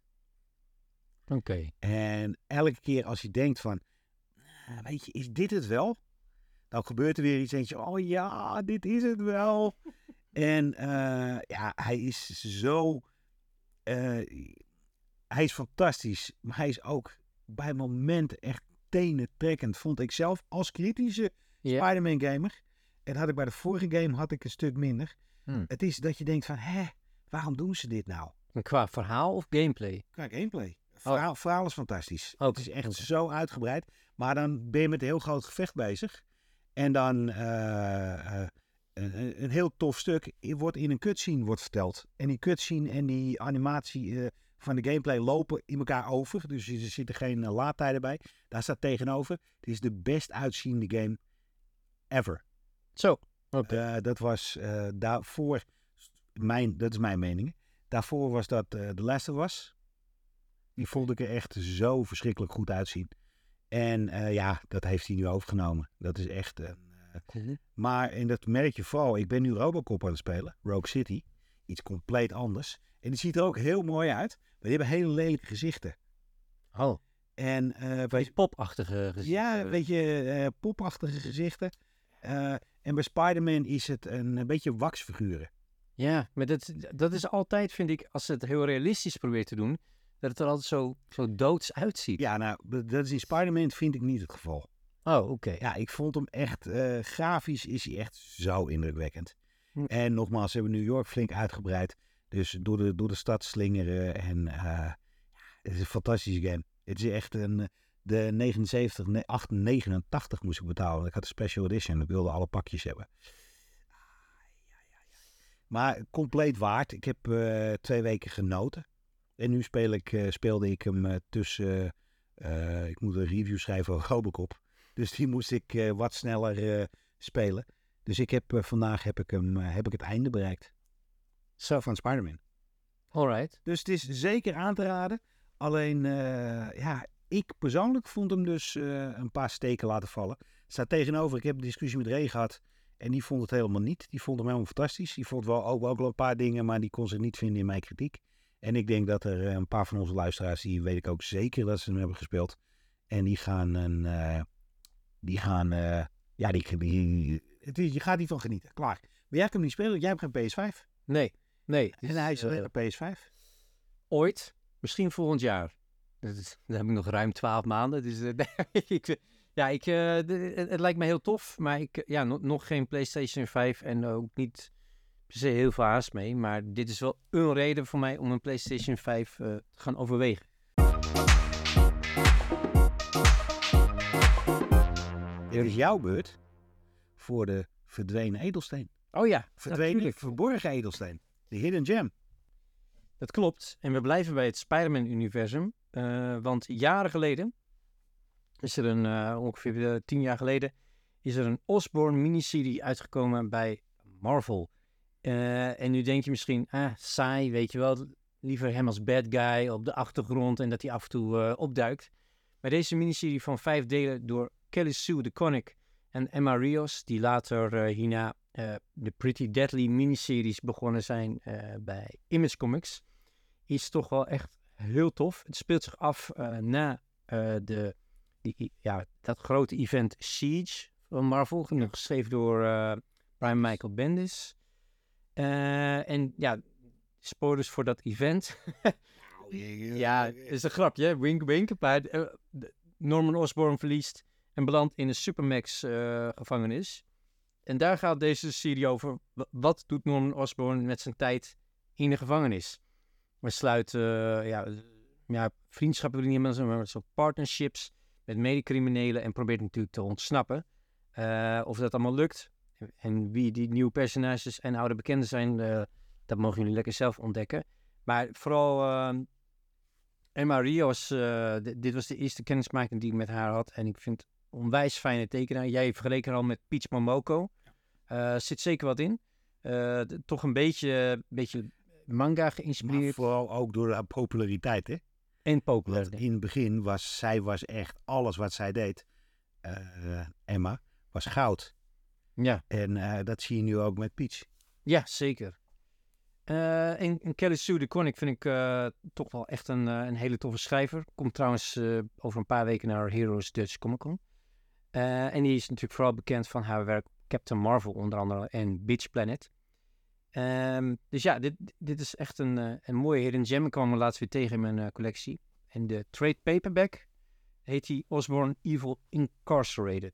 Speaker 2: Oké.
Speaker 1: En elke keer als je denkt van... weet je, is dit het wel? Dan gebeurt er weer iets en denk je... Oh ja, dit is het wel. En hij is zo... hij is fantastisch. Maar hij is ook bij momenten echt tenentrekkend. Vond ik zelf als kritische Spider-Man gamer. En had ik bij de vorige game een stuk minder. Het is dat je denkt van... waarom doen ze dit nou?
Speaker 2: En qua verhaal of gameplay?
Speaker 1: Qua gameplay. Verhaal is fantastisch.
Speaker 2: Okay.
Speaker 1: Het is echt zo uitgebreid. Maar dan ben je met een heel groot gevecht bezig. En dan een heel tof stuk wordt in een cutscene verteld. En die cutscene en die animatie van de gameplay lopen in elkaar over. Dus er zitten geen laadtijden bij. Daar staat tegenover. Het is de best uitziende game ever.
Speaker 2: Zo. Okay.
Speaker 1: Dat was daarvoor... dat is mijn mening. Daarvoor was dat The Last of Us. Die vond ik er echt zo verschrikkelijk goed uitzien. En dat heeft hij nu overgenomen. Dat is echt... Maar, en dat merk je vooral, ik ben nu Robocop aan het spelen. Rogue City. Iets compleet anders. En die ziet er ook heel mooi uit. Maar die hebben hele lelijke gezichten.
Speaker 2: Oh.
Speaker 1: En...
Speaker 2: popachtige gezichten.
Speaker 1: Ja, weet je, popachtige gezichten. En bij Spider-Man is het een beetje waxfiguren.
Speaker 2: Ja, maar dat is altijd, vind ik, als ze het heel realistisch probeert te doen... dat het er altijd zo doods uitziet.
Speaker 1: Ja, nou, dat is in Spider-Man vind ik niet het geval.
Speaker 2: Oh, oké.
Speaker 1: Ja, ik vond hem echt, grafisch is hij echt zo indrukwekkend. En nogmaals, ze hebben New York flink uitgebreid. Dus door de stad slingeren. En het is een fantastische game. Het is echt de 89 moest ik betalen. Ik had een special edition. Ik wilde alle pakjes hebben. Maar compleet waard. Ik heb 2 weken genoten. En nu speelde ik hem tussen... ik moet een review schrijven over Robocop. Dus die moest ik wat sneller spelen. Dus vandaag heb ik het einde bereikt.
Speaker 2: Zo.
Speaker 1: Van Spider-Man.
Speaker 2: Alright.
Speaker 1: Dus het is zeker aan te raden. Alleen, ik persoonlijk vond hem dus een paar steken laten vallen. Staat tegenover, ik heb een discussie met Ray gehad. En die vond het helemaal niet. Die vond hem helemaal fantastisch. Die vond ook wel een paar dingen, maar die kon zich niet vinden in mijn kritiek. En ik denk dat er een paar van onze luisteraars, die weet ik ook zeker dat ze hem hebben gespeeld, En die gaan je gaat hiervan genieten. Klaar. Maar jij hebt hem niet spelen, jij hebt geen PS5.
Speaker 2: Nee.
Speaker 1: En hij is PS5.
Speaker 2: Ooit, misschien volgend jaar. Dan heb ik nog ruim 12 maanden. Dus het lijkt me heel tof. Maar nog geen PlayStation 5 en ook niet per se heel veel haast mee. Maar dit is wel een reden voor mij om een PlayStation 5 te gaan overwegen.
Speaker 1: Dit is jouw beurt voor de verdwenen edelsteen.
Speaker 2: Oh ja,
Speaker 1: Verborgen edelsteen. De Hidden Gem.
Speaker 2: Dat klopt. En we blijven bij het Spider-Man-universum. Want jaren geleden is er ongeveer 10 jaar geleden, is er een Osborn miniserie uitgekomen bij Marvel. En nu denk je misschien, saai, weet je wel. Liever hem als bad guy op de achtergrond en dat hij af en toe opduikt. Maar deze miniserie van 5 delen door Kelly Sue DeConnick en Emma Rios, die later hierna de Pretty Deadly miniseries begonnen zijn bij Image Comics, is toch wel echt heel tof. Het speelt zich af na dat grote event Siege van Marvel, geschreven door Brian Michael Bendis. En ja, spoilers voor dat event. Ja, is een grapje, wink wink. Maar Norman Osborn verliest en belandt in een Supermax gevangenis. En daar gaat deze serie over. Wat doet Norman Osborn met zijn tijd in de gevangenis? We sluiten vriendschappen wil ik niet meer, maar zo partnerships met medecriminelen en probeert natuurlijk te ontsnappen. Of dat allemaal lukt en wie die nieuwe personages en oude bekenden zijn, dat mogen jullie lekker zelf ontdekken. Maar vooral Emma Rios, dit was de eerste kennismaking die ik met haar had. En ik vind onwijs fijne tekenaar. Jij vergeleken haar al met Peach Momoko. Zit zeker wat in. Toch een beetje manga geïnspireerd.
Speaker 1: Maar vooral ook door haar populariteit, hè?
Speaker 2: En populariteit.
Speaker 1: In het begin was echt alles wat zij deed. Emma was goud.
Speaker 2: Ja.
Speaker 1: En dat zie je nu ook met Peach.
Speaker 2: Ja, zeker. En Kelly Sue DeConnick vind ik toch wel echt een hele toffe schrijver. Komt trouwens over een paar weken naar Heroes Dutch Comic Con. En die is natuurlijk vooral bekend van haar werk Captain Marvel onder andere en Beach Planet. Dus ja, dit is echt een mooie hidden gem. Ik kwam hem laatst weer tegen in mijn collectie. En de trade paperback heet die Osborn Evil Incarcerated.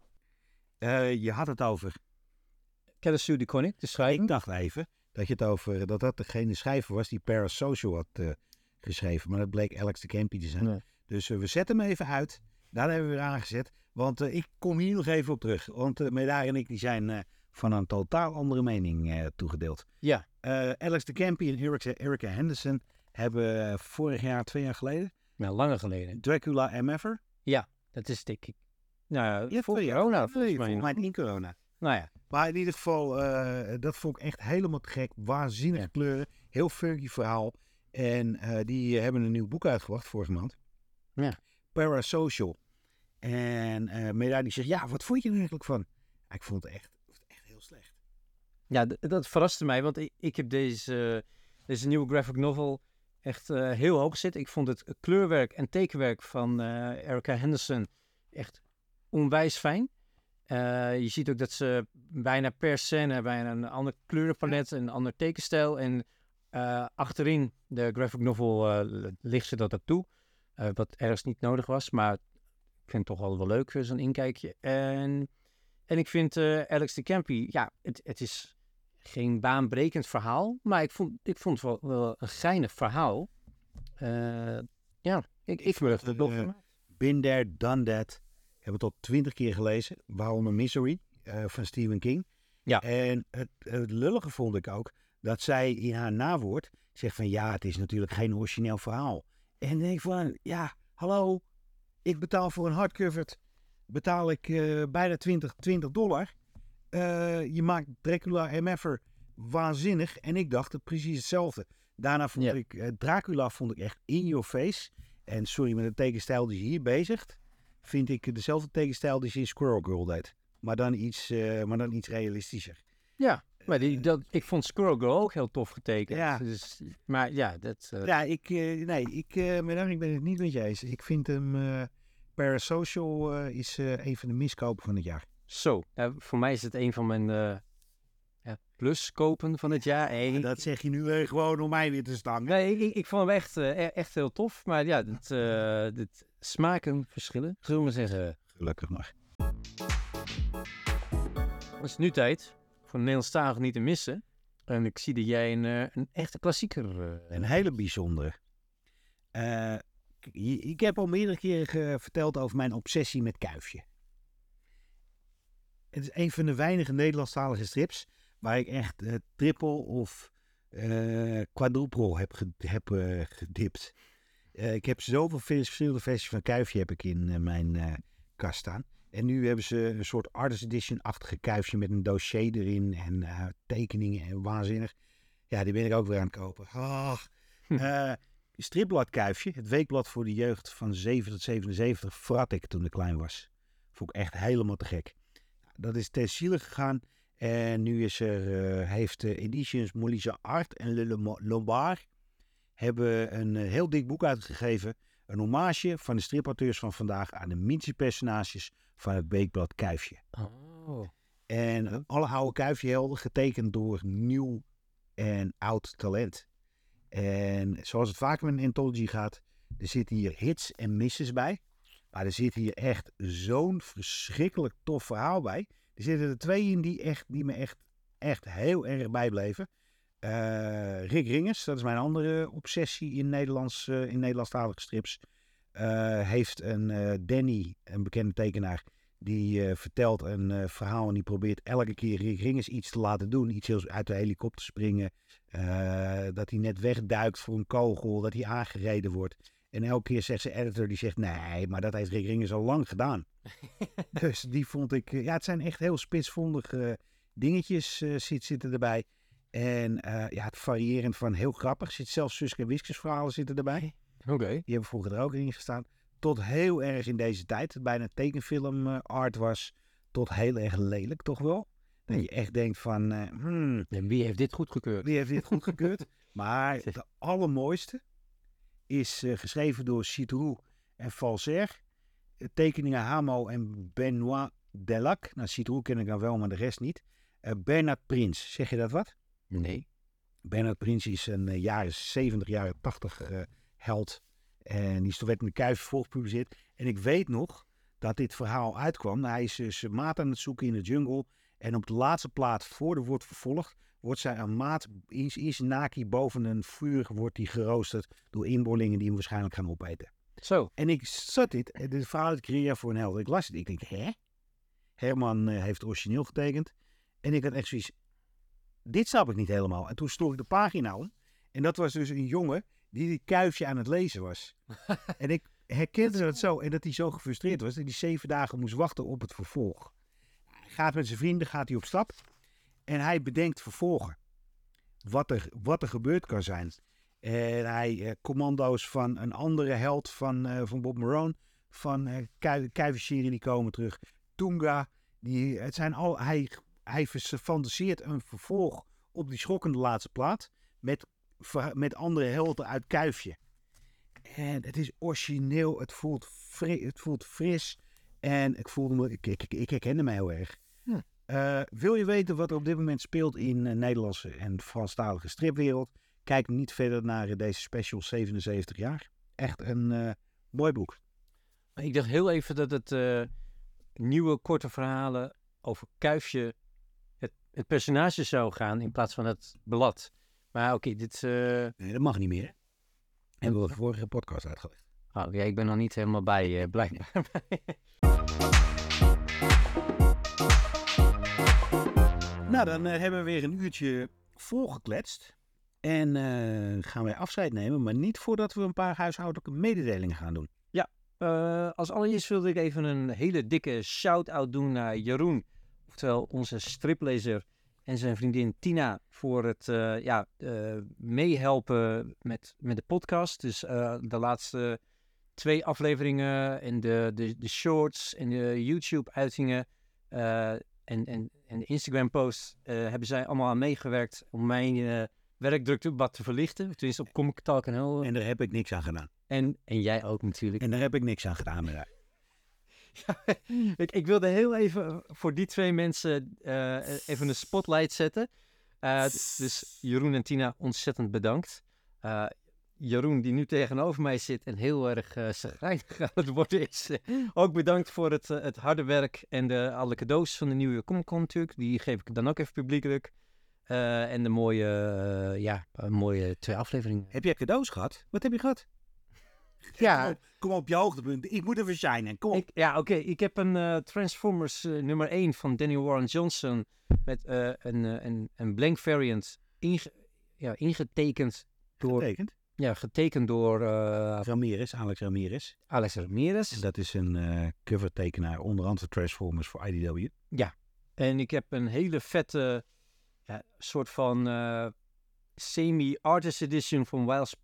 Speaker 1: Je had het over.
Speaker 2: Kelly Sue DeConnick, de schrijver.
Speaker 1: Ik dacht even dat je het over dat degene schrijver was die Parasocial had geschreven. Maar dat bleek Alex de Campy te zijn. Nee. Dus we zetten hem even uit. Daar hebben we weer aangezet. Want ik kom hier nog even op terug. Want Medaar en ik die zijn van een totaal andere mening toegedeeld.
Speaker 2: Ja.
Speaker 1: Alex de Campy en Erica Henderson hebben vorig jaar, 2 jaar geleden.
Speaker 2: Ja, langer geleden.
Speaker 1: Dracula MF'er.
Speaker 2: Ja, dat is denk ik. Nou ja, voor
Speaker 1: corona. Volgens mij in corona.
Speaker 2: Nou ja.
Speaker 1: Maar in ieder geval, dat vond ik echt helemaal te gek. Waanzinnige kleuren. Heel funky verhaal. En die hebben een nieuw boek uitgebracht vorige maand.
Speaker 2: Ja.
Speaker 1: Parasocial. En Meda die zegt, ja, wat vond je er eigenlijk van? Ja, ik vond het echt heel slecht.
Speaker 2: Ja, dat verraste mij, want ik heb deze nieuwe graphic novel echt heel hoog zitten. Ik vond het kleurwerk en tekenwerk van Erica Henderson echt onwijs fijn. Je ziet ook dat ze bijna per scène bijna een ander kleurenpalet, een ander tekenstijl. En achterin de graphic novel ligt ze dat ook toe. Wat ergens niet nodig was, maar ik vind het toch wel leuk, zo'n inkijkje. En ik vind Alex de Campy, ja, het is geen baanbrekend verhaal, maar ik vond het wel een geinig verhaal. Ik vond het nog.
Speaker 1: Been there, done that. Ik heb het al 20 keer gelezen, waaronder Misery van Stephen King.
Speaker 2: Ja.
Speaker 1: En het lullige vond ik ook dat zij in haar nawoord zegt van ja, het is natuurlijk geen origineel verhaal. En dan denk ik van, ja, hallo, ik betaal voor een hardcover, betaal ik bijna $20. Je maakt Dracula MF'er waanzinnig en ik dacht het precies hetzelfde. Daarna vond ik Dracula echt in your face. En sorry, met de tekenstijl die je hier bezigt, vind ik dezelfde tekenstijl die ze in Squirrel Girl deed. Maar dan iets realistischer.
Speaker 2: Ja, maar ik vond Squirrel Girl ook heel tof getekend.
Speaker 1: Ja.
Speaker 2: Dus, maar ja, dat...
Speaker 1: Ja, ik ben het niet met je eens. Ik vind hem Parasocial is een van de miskopen van het jaar.
Speaker 2: Zo, voor mij is het een van mijn pluskopen van het jaar. Hey,
Speaker 1: Dat zeg je nu gewoon om mij weer te stangen.
Speaker 2: nee, ik vond hem echt heel tof. Maar ja, dit smaken verschillen, zullen we maar zeggen.
Speaker 1: Gelukkig maar.
Speaker 2: Het is nu tijd voor Nederlandstalig niet te missen. En ik zie dat jij een echte klassieker...
Speaker 1: Een hele bijzondere. Ik heb al meerdere keren verteld over mijn obsessie met Kuifje. Het is een van de weinige Nederlandstalige strips waar ik echt triple of quadruple heb gedipt. Ik heb zoveel verschillende versies van Kuifje heb ik in mijn kast staan. En nu hebben ze een soort artist edition-achtige Kuifje met een dossier erin en tekeningen en waanzinnig. Ja, die ben ik ook weer aan het kopen. Stripblad Kuifje, het weekblad voor de jeugd van 7 tot 77, vrat ik toen ik klein was. Vond ik echt helemaal te gek. Dat is ter ziele gegaan en nu heeft Editions Molise Art en Le Lombard hebben een heel dik boek uitgegeven. Een hommage van de stripauteurs van vandaag aan de minste personages van het weekblad Kuifje.
Speaker 2: Oh.
Speaker 1: En alle oude Kuifje-helden getekend door nieuw en oud talent. En zoals het vaak met een anthology gaat, er zitten hier hits en misses bij. Maar er zit hier echt zo'n verschrikkelijk tof verhaal bij. Er zitten er 2 in die me echt heel erg bijbleven. Rick Ringers, dat is mijn andere obsessie in Nederlandstalige strips. Heeft Danny, een bekende tekenaar, die vertelt een verhaal en die probeert elke keer Rick Ringers iets te laten doen. Iets heel uit de helikopter springen, dat hij net wegduikt voor een kogel, dat hij aangereden wordt. En elke keer zegt zijn editor, die zegt, nee, maar dat heeft Rick Ringers al lang gedaan. Dus die vond ik, het zijn echt heel spitsvondige dingetjes zitten erbij. En het variërend van heel grappig. Zit zelfs Suske en Wiskes verhalen zitten erbij.
Speaker 2: Oké.
Speaker 1: Die hebben vroeger er ook in gestaan. Tot heel erg in deze tijd. Het bijna tekenfilm art was. Tot heel erg lelijk toch wel. Dat je echt denkt van...
Speaker 2: En wie heeft dit goedgekeurd?
Speaker 1: Wie heeft dit goedgekeurd? Maar de allermooiste is geschreven door Citroux en Falser. Tekeningen Hamo en Benoît Delac. Nou, Citroux ken ik dan wel, maar de rest niet. Bernard Prins, zeg je dat wat?
Speaker 2: Nee.
Speaker 1: Bernard Prins is een jaren 70, jaren 80 held. En die werd in de Kuif volgepubliceerd. En ik weet nog dat dit verhaal uitkwam. Hij is zijn maat aan het zoeken in de jungle. En op de laatste plaat, voor er wordt vervolgd, wordt zij een maat in zijn naki boven een vuur wordt die geroosterd door inboorlingen die hem waarschijnlijk gaan opeten.
Speaker 2: Zo.
Speaker 1: En ik zat dit verhaal uit Creëer voor een held. Ik las het, ik denk, hè? Herman heeft het origineel getekend. En ik had echt zoiets, dit snap ik niet helemaal. En toen sloeg ik de pagina om. En dat was dus een jongen die Kuifje aan het lezen was. En ik herkende dat zo. En dat hij zo gefrustreerd was dat hij 7 dagen moest wachten op het vervolg. Hij gaat met zijn vrienden, gaat hij op stap. En hij bedenkt vervolgen. Wat er gebeurd kan zijn. En hij commando's van een andere held van Bob Marone. Van Kuifje-serie die komen terug. Toonga. Hij fantaseert een vervolg op die schokkende laatste plaat. Met andere helden uit Kuifje. En het is origineel. Het voelt fris. En ik herkende mij heel erg. Wil je weten wat er op dit moment speelt in Nederlandse en Franstalige stripwereld? Kijk niet verder naar deze special 77 jaar. Echt een mooi boek.
Speaker 2: Ik dacht heel even dat het nieuwe korte verhalen over Kuifje het personage zou gaan in plaats van het blad. Maar oké, dit...
Speaker 1: Nee, dat mag niet meer. Hebben we de vorige podcast uitgelegd.
Speaker 2: Oh, ja, ik ben nog niet helemaal bij, blijkbaar.
Speaker 1: Nou, dan hebben we weer een uurtje volgekletst. En gaan wij afscheid nemen, maar niet voordat we een paar huishoudelijke mededelingen gaan doen.
Speaker 2: Ja, als allereerst wilde ik even een hele dikke shout-out doen naar Jeroen. Oftewel onze striplezer en zijn vriendin Tina voor het meehelpen met de podcast. Dus de laatste 2 afleveringen en de shorts en de YouTube-uitingen en de Instagram-posts hebben zij allemaal aan meegewerkt om mijn werkdrukte wat te verlichten. Tenminste op Comic Talk en
Speaker 1: En daar heb ik niks aan gedaan.
Speaker 2: En jij ook natuurlijk.
Speaker 1: En daar heb ik niks aan gedaan met haar.
Speaker 2: Ik wilde heel even voor die 2 mensen even een spotlight zetten. Dus Jeroen en Tina, ontzettend bedankt. Jeroen, die nu tegenover mij zit en heel erg chagrijnig aan het worden is. Ook bedankt voor het harde werk en alle cadeaus van de nieuwe Comic-Con natuurlijk. Die geef ik dan ook even publiekelijk. En de mooie 2 afleveringen.
Speaker 1: Heb jij cadeaus gehad? Wat heb je gehad?
Speaker 2: Ja.
Speaker 1: Kom op je hoogtepunt. Ik moet even shinen. Kom op.
Speaker 2: Ik heb een Transformers nummer 1 van Daniel Warren Johnson met een blank variant ingetekend door...
Speaker 1: Getekend?
Speaker 2: Ja, getekend door
Speaker 1: Alex Ramirez.
Speaker 2: Alex Ramirez.
Speaker 1: En dat is een covertekenaar, onder andere Transformers voor IDW.
Speaker 2: Ja, en ik heb een hele vette soort van semi-artist edition van Wiles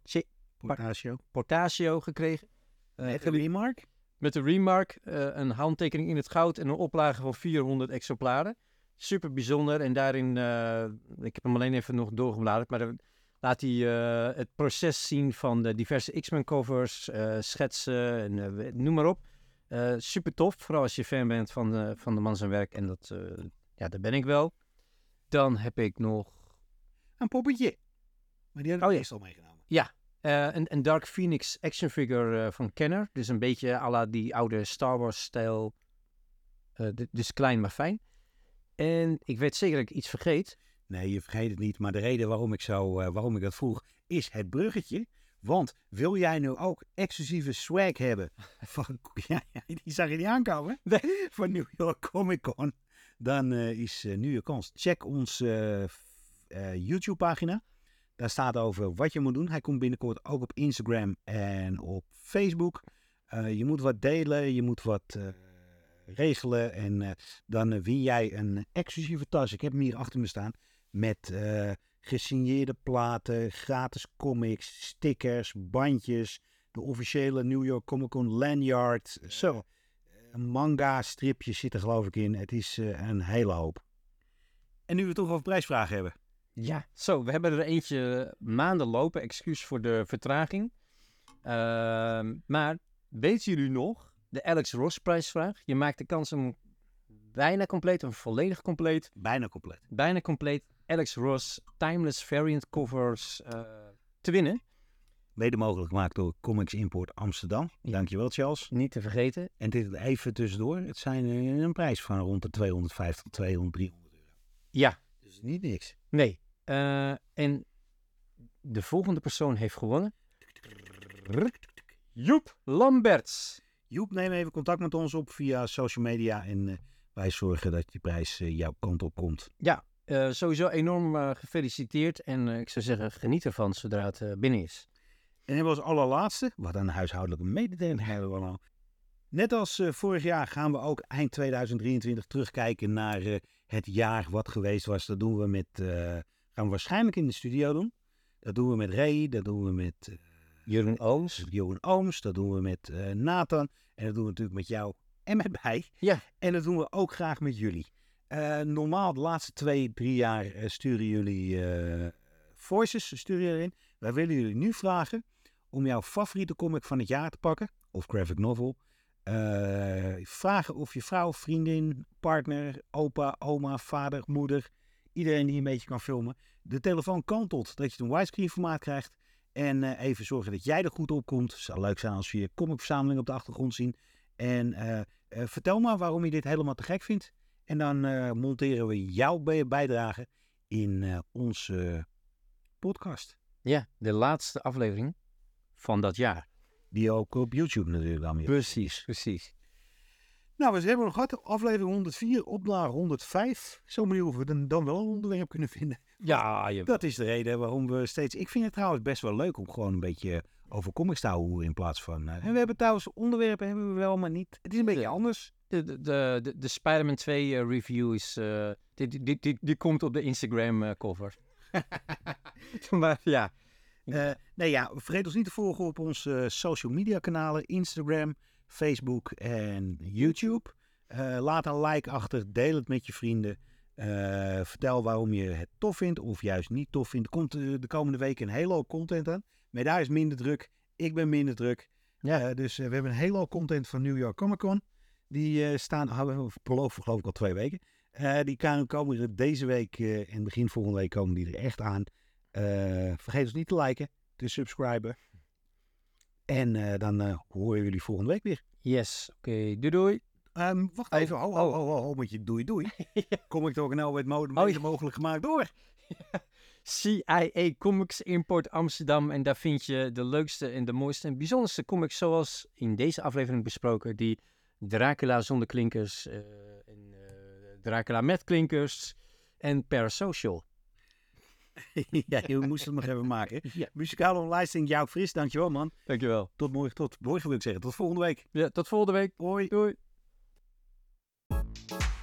Speaker 2: Portacio gekregen.
Speaker 1: Met een remark?
Speaker 2: Met een remark, een handtekening in het goud en een oplage van 400 exemplaren. Super bijzonder en daarin, ik heb hem alleen even nog doorgebladerd, maar laat hij het proces zien van de diverse X-Men covers, schetsen en noem maar op. Super tof, vooral als je fan bent van de man zijn werk en dat ben ik wel. Dan heb ik nog...
Speaker 1: Een poppetje. Maar die had ik meestal meegenomen.
Speaker 2: Ja, een Dark Phoenix action figure van Kenner. Dus een beetje à la die oude Star Wars stijl. Dus klein maar fijn. En ik weet zeker dat ik iets vergeet.
Speaker 1: Nee, je vergeet het niet. Maar de reden waarom ik dat vroeg, is het bruggetje. Want wil jij nu ook exclusieve swag hebben? Die zag je niet aankomen. Nee. Van New York Comic Con. Dan is nu je kans. Check onze YouTube pagina. Daar staat over wat je moet doen. Hij komt binnenkort ook op Instagram en op Facebook. Je moet wat delen, je moet wat regelen. En dan win jij een exclusieve tas. Ik heb hem hier achter me staan. Met gesigneerde platen, gratis comics, stickers, bandjes. De officiële New York Comic Con lanyard. Zo. Manga stripjes zitten geloof ik in. Het is een hele hoop. En nu we het toch over prijsvragen hebben.
Speaker 2: Ja, zo, we hebben er eentje maanden lopen. Excuus voor de vertraging. Maar weten jullie nog de Alex Ross prijsvraag? Je maakt de kans om bijna compleet, of volledig compleet. Bijna compleet Alex Ross Timeless Variant covers te winnen.
Speaker 1: Mede mogelijk gemaakt door Comics Import Amsterdam. Ja. Dankjewel Charles.
Speaker 2: Niet te vergeten.
Speaker 1: En dit even tussendoor. Het zijn een prijs van rond de 250, 200, 300 euro.
Speaker 2: Ja.
Speaker 1: Dus niet niks.
Speaker 2: Nee. En de volgende persoon heeft gewonnen. Joep Lamberts.
Speaker 1: Joep, neem even contact met ons op via social media. En wij zorgen dat die prijs jouw kant op komt.
Speaker 2: Ja, sowieso enorm gefeliciteerd. En ik zou zeggen, geniet ervan zodra het binnen is.
Speaker 1: En hebben we als allerlaatste, wat een huishoudelijke mededeling hebben we nou. Net als vorig jaar gaan we ook eind 2023 terugkijken naar het jaar wat geweest was. Dat doen we gaan we waarschijnlijk in de studio doen. Dat doen we met Ray, dat doen we met
Speaker 2: Jeroen
Speaker 1: Ooms. Dat doen we met Nathan. En dat doen we natuurlijk met jou en met mij.
Speaker 2: Ja.
Speaker 1: En dat doen we ook graag met jullie. Normaal de laatste 2-3 jaar sturen jullie voices erin. Wij willen jullie nu vragen om jouw favoriete comic van het jaar te pakken. Of graphic novel. Vragen of je vrouw, vriendin, partner, opa, oma, vader, moeder. Iedereen die een beetje kan filmen. De telefoon kantelt dat je het een widescreen formaat krijgt. En even zorgen dat jij er goed op komt. Het zou leuk zijn als we je comicverzameling op de achtergrond zien. En vertel maar waarom je dit helemaal te gek vindt. En dan monteren we jouw bijdrage in onze podcast.
Speaker 2: Ja, de laatste aflevering van dat jaar.
Speaker 1: Die ook op YouTube natuurlijk dan weer.
Speaker 2: Precies.
Speaker 1: Nou, we hebben nog gehad. Aflevering 104 op naar 105. Zo benieuwd of we dan wel een onderwerp kunnen vinden.
Speaker 2: Ja,
Speaker 1: dat is de reden waarom we steeds... Ik vind het trouwens best wel leuk om gewoon een beetje over comics te houden in plaats van... En we hebben trouwens onderwerpen, hebben we wel, maar niet... Het is een beetje anders.
Speaker 2: De Spider-Man 2 review is... Die komt op de Instagram cover. Maar ja...
Speaker 1: vergeet ons niet te volgen op onze social media kanalen. Instagram, Facebook en YouTube. Laat een like achter. Deel het met je vrienden. Vertel waarom je het tof vindt of juist niet tof vindt. Er komt de komende weken een hele hoop content aan. Maar daar is minder druk. Ik ben minder druk. Ja. Dus we hebben een hele hoop content van New York Comic Con. Die we beloven geloof ik al 2 weken. Die komen er deze week en begin volgende week komen die er echt aan. Vergeet ons niet te liken, te subscriben. En dan horen jullie volgende week weer.
Speaker 2: Yes, oké. Doei doei.
Speaker 1: Wacht even. Ho, met je doei. Kom ik toch nou met mede mogelijk gemaakt door.
Speaker 2: CIA Comics Import Amsterdam. En daar vind je de leukste en de mooiste en bijzonderste comics zoals in deze aflevering besproken. Die Dracula zonder klinkers, en Dracula met klinkers en Parasocial.
Speaker 1: Ja, je moest het nog even maken. Ja. Muzikale omlijsting, Jouw Fris. Dankjewel, man.
Speaker 2: Dankjewel.
Speaker 1: Tot morgen wil ik zeggen. Tot volgende week.
Speaker 2: Ja, tot volgende week.
Speaker 1: Hoi.
Speaker 2: Doei.